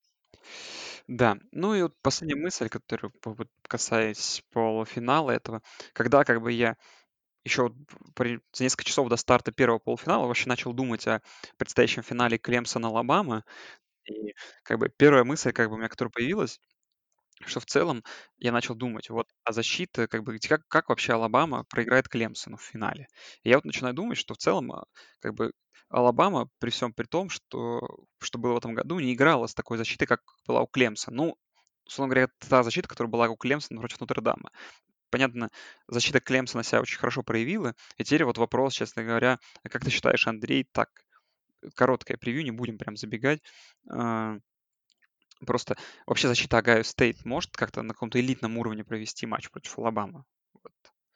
Да, ну и вот последняя мысль, которую вот касаясь полуфинала этого, когда как бы я еще вот за несколько часов до старта первого полуфинала вообще начал думать о предстоящем финале Клемсон-Алабама, и как бы первая мысль, как бы у меня, которая появилась, что в целом я начал думать, вот, а защита, как бы, как вообще Алабама проиграет Клемсону в финале? И я вот начинаю думать, что в целом, как бы, Алабама, при всем при том, что было в этом году, не играла с такой защитой, как была у Клемсона. Ну, условно говоря, та защита, которая была у Клемсона против Нотр-Дама. Понятно, защита Клемсона себя очень хорошо проявила. И теперь вот вопрос, честно говоря, а как ты считаешь, Андрей, так, короткое превью, не будем прям забегать, а, просто вообще защита Огайо Стейт может как-то на каком-то элитном уровне провести матч против Алабамы? Вот.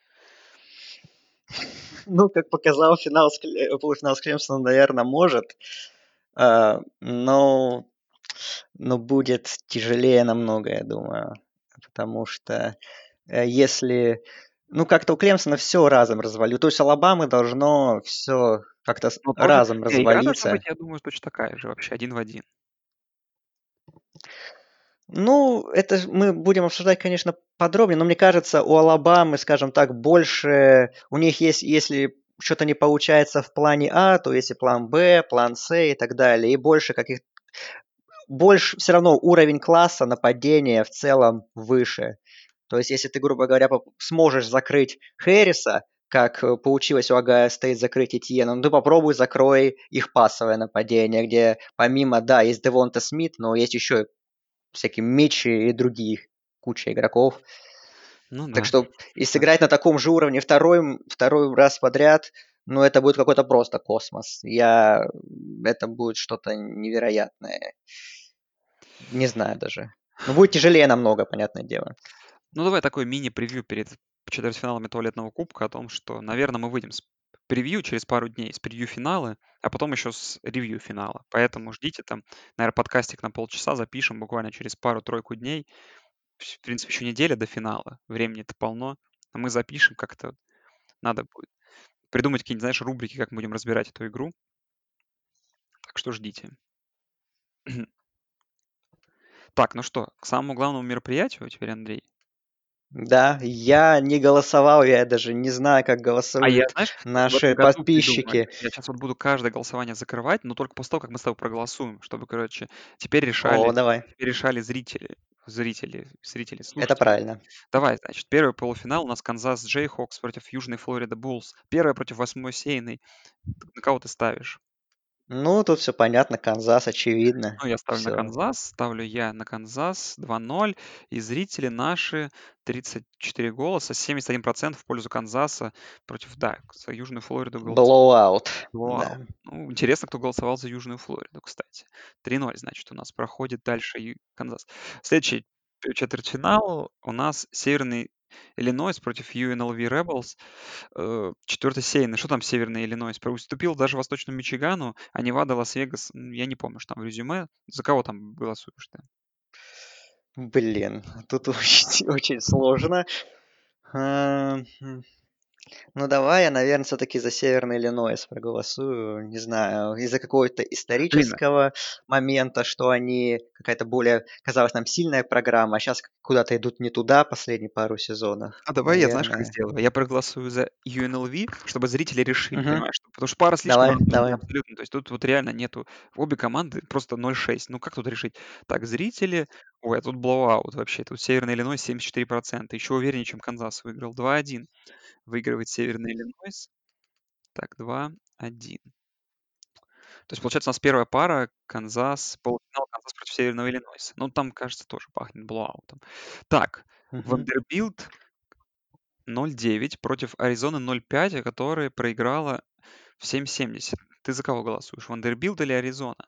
Ну, как показал полуфинал с Клемсоном, наверное, может, но будет тяжелее намного, я думаю, потому что если... Ну, как-то у Клемсона все разом развалилось. То есть Алабамы должно все как-то Но тоже, разом не, игра должна быть, развалиться. я думаю, точно такая же вообще, 1 в 1. Ну, мы будем обсуждать, конечно, подробнее, но мне кажется, у Алабамы, скажем так, больше... У них есть, если что-то не получается в плане А, то есть и план Б, план С и так далее. И больше каких больше все равно уровень класса нападения в целом выше. То есть, если ты, грубо говоря, сможешь закрыть Хэрриса, как получилось у Агая Стейт закрыть Этьена, ну ты попробуй закрой их пасовое нападение, где помимо, да, есть Девонта Смит, но есть еще всякие Митчи и других куча игроков. Ну Так да, что и да. сыграть на таком же уровне второй раз подряд, ну это будет какой-то просто космос. Это будет что-то невероятное. Не знаю даже. Ну, будет тяжелее намного, понятное дело. Ну давай такой мини-превью перед четвертьфиналами туалетного кубка о том, что, наверное, мы выйдем с превью через пару дней, с превью финала, а потом еще с ревью финала. Поэтому ждите там, наверное, подкастик на полчаса запишем буквально через пару-тройку дней. в принципе, еще неделя до финала, времени-то полно. А мы запишем как-то, надо будет придумать какие-нибудь, знаешь, рубрики, как мы будем разбирать эту игру. Так что ждите. Так, ну что, к самому главному мероприятию теперь, Андрей. Да, я не голосовал, я даже не знаю, как А я, голосуют знаешь, в этом наши году придумали. подписчики. Я сейчас вот буду каждое голосование закрывать, но только после того, как мы с тобой проголосуем, чтобы, короче, О, давай. теперь решали зрители, Это слушатели. правильно. Давай, значит, первый полуфинал у нас Канзас Джейхокс против Южной Флорида Буллс. Первая против восьмой сейной. На кого ты ставишь? Ну, тут все понятно, Канзас, очевидно. Ну, я ставлю на Все. Канзас, ставлю я на Канзас 2-0, и зрители наши 34 голоса, 71% в пользу Канзаса против, да, за Южную Флориду голосовал. Блоуаут. Вау. Да. Ну, интересно, кто голосовал за Южную Флориду, кстати. 3-0, значит, у нас проходит дальше Канзас. Следующий четвертьфинал у нас Северный Иллинойс против UNLV Rebels. Четвертый сейный. Что там Северный Иллинойс? Уступил даже Восточному Мичигану, а Невада, Лас-Вегас, я не помню, что там в резюме. За кого там голосуешь ты? Блин, тут очень, очень сложно. А, Ну, давай я, наверное, все-таки за Северный Иллинойс проголосую. Не знаю, из-за какого-то Блин, исторического момента, что они какая-то более, казалось нам, сильная программа, а сейчас куда-то идут не туда последние пару сезонов. а давай я, знаешь, как Наверное. сделаю? Я проголосую за UNLV, чтобы зрители решили, Мгм. понимаешь? Потому что пара слишком Давай, рандомная давай. абсолютно. То есть тут вот реально нету... Обе команды просто 0-6. Ну как тут решить? Так, зрители... Ой, а тут блоуаут вообще. Тут Северный Иллинойс 74%. Еще увереннее, чем Канзас выиграл. 2-1. Выигрывает Северный Иллинойс. Так, 2-1. То есть, получается, у нас первая пара Канзас, полуфинал Канзас против Северного Иллинойса. Ну, там, кажется, тоже пахнет блоуаутом. Так, Мгм. Вандербилт 0-9 против Аризоны 0-5, которая проиграла в 7-70. Ты за кого голосуешь, Вандербилт или Аризона?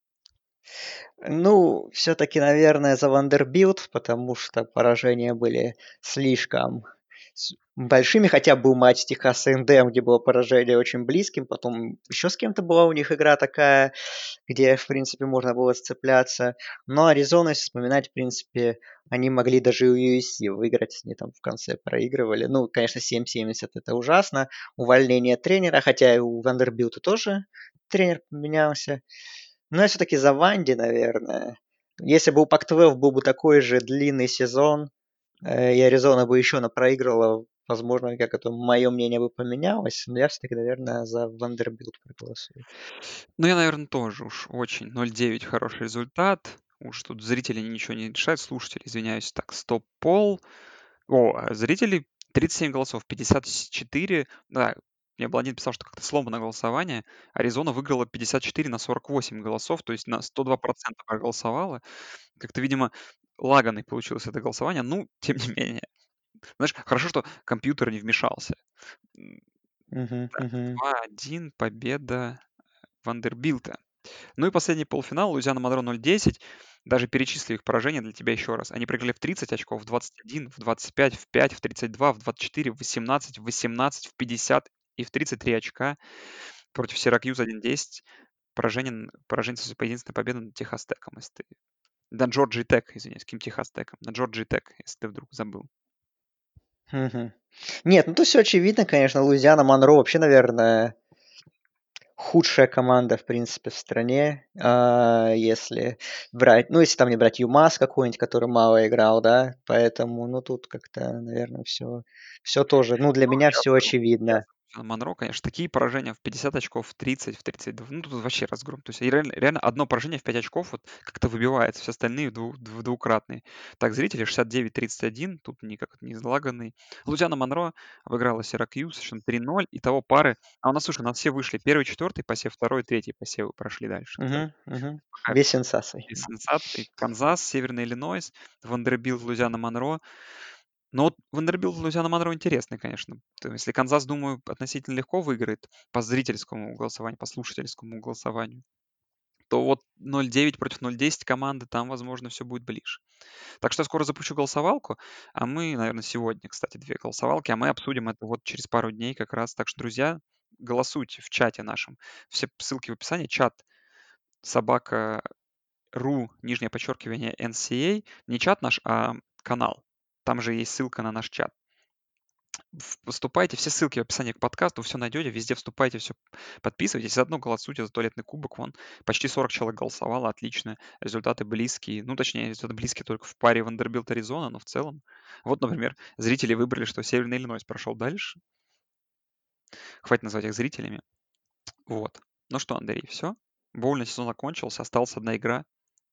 Ну, все-таки, наверное, за Вандербилт, потому что поражения были слишком большими. Хотя был матч Техас A&M, где было поражение очень близким. Потом еще с кем-то была у них игра такая, где, в принципе, можно было сцепляться. Но Аризона, если вспоминать, в принципе, они могли даже у USC выиграть. Они там в конце проигрывали. Ну, конечно, 7-70 это ужасно. Увольнение тренера, хотя и у Вандербилта тоже тренер поменялся. Но я все-таки за Ванди, наверное. Если бы у Пак-12 был бы такой же длинный сезон, и Аризона бы еще проиграла, возможно, как это мое мнение бы поменялось, но я все-таки, наверное, за Вандербилт проголосую. Ну, я, наверное, тоже уж очень. 0-9 хороший результат. Уж тут зрители ничего не решают, слушатели, извиняюсь. Так, стоп-пол. Зрителей 37 голосов, 54. Да, мне Блондин писал, что как-то сломано голосование. Аризона выиграла 54-48 голосов, то есть на 102% проголосовала. Как-то, видимо, лаганой получилось это голосование. Ну, тем не менее. Знаешь, хорошо, что компьютер не вмешался. М, Мгм, Так, мгм, 2-1, победа Вандербилта. Ну и последний полуфинал, Луизиана Монро 0-10. Даже перечислю их поражения для тебя еще раз. Они проиграли в 30 очков, в 21, в 25, в 5, в 32, в 24, в 18, в 18, в 50 и в 33 очка против Сиракьюз 1-10. Поражение по единственной победы над Техас Теком, если ты... На Джорджии Тек, извиняюсь, каким Техас Теком? На Джорджии Тек, если ты вдруг забыл. мгм. Нет, ну тут все очевидно, конечно. Луизиана Монро вообще, наверное, худшая команда, в принципе, в стране, если брать, ну, если там не брать ЮМАС какой-нибудь, который мало играл, да, поэтому, ну, тут как-то, наверное, все тоже, ну, для Ну, меня я все за я очевидно. за Монро, конечно. Такие поражения в 50 очков, в 30, в 32. Ну, тут вообще разгром. То есть и реально одно поражение в 5 очков вот как-то выбивается, все остальные двукратные. Так, зрители 69-31, тут никак не залаганный. Лузиана Монро обыграла Сиракьюз совершенно 3-0. Итого пары. А у нас, слушай, у нас все вышли. Первый, четвертый посев, второй, третий посевы прошли дальше, кстати. Мгм, мгм. Пока Без сенсаций. без сенсаций. Канзас, Северный Иллинойс, Вандербилт, Лузиана Монро. Но вот Вандербилт, Луизиана Монро интересный, конечно. Если Канзас, думаю, относительно легко выиграет по зрительскому голосованию, по слушательскому голосованию, то вот 0-9 против 0-10 команды, там, возможно, все будет ближе. Так что я скоро запущу голосовалку, а мы, наверное, сегодня, кстати, две голосовалки, а мы обсудим это вот через пару дней как раз. Так что, друзья, голосуйте в чате нашем. Все ссылки в описании. Чат собака ру, нижнее подчеркивание, NCA. Не чат наш, а канал. Там же есть ссылка на наш чат. Вступайте, все ссылки в описании к подкасту, все найдете, везде вступайте, все подписывайтесь, заодно голосуйте за туалетный кубок, вон почти 40 человек голосовало, отлично, результаты близкие, ну, точнее, результаты близкие только в паре Вандербилт-Аризона, но в целом. Вот, например, зрители выбрали, что Северный Иллинойс прошел дальше, хватит назвать их зрителями, вот. Ну что, Андрей, все? Боульный сезон закончился, осталась одна игра.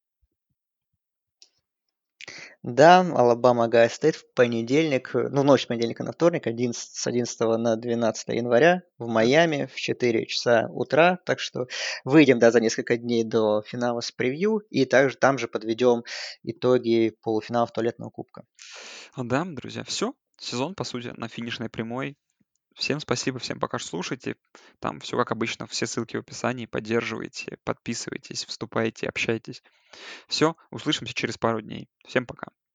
Да, Алабама Огайо Стейт в понедельник, ну, в ночь с понедельника на вторник, с 11 на 12 января в Да. Майами в 4 часа утра. Так что выйдем, да, за несколько дней до финала с превью, и также там же подведем итоги полуфиналов туалетного кубка. Да, друзья, все. Сезон, по сути, на финишной прямой. Всем спасибо, всем пока что слушайте. Там все как обычно, все ссылки в описании. Поддерживайте, подписывайтесь, вступайте, общайтесь. Все, услышимся через пару дней. Всем пока.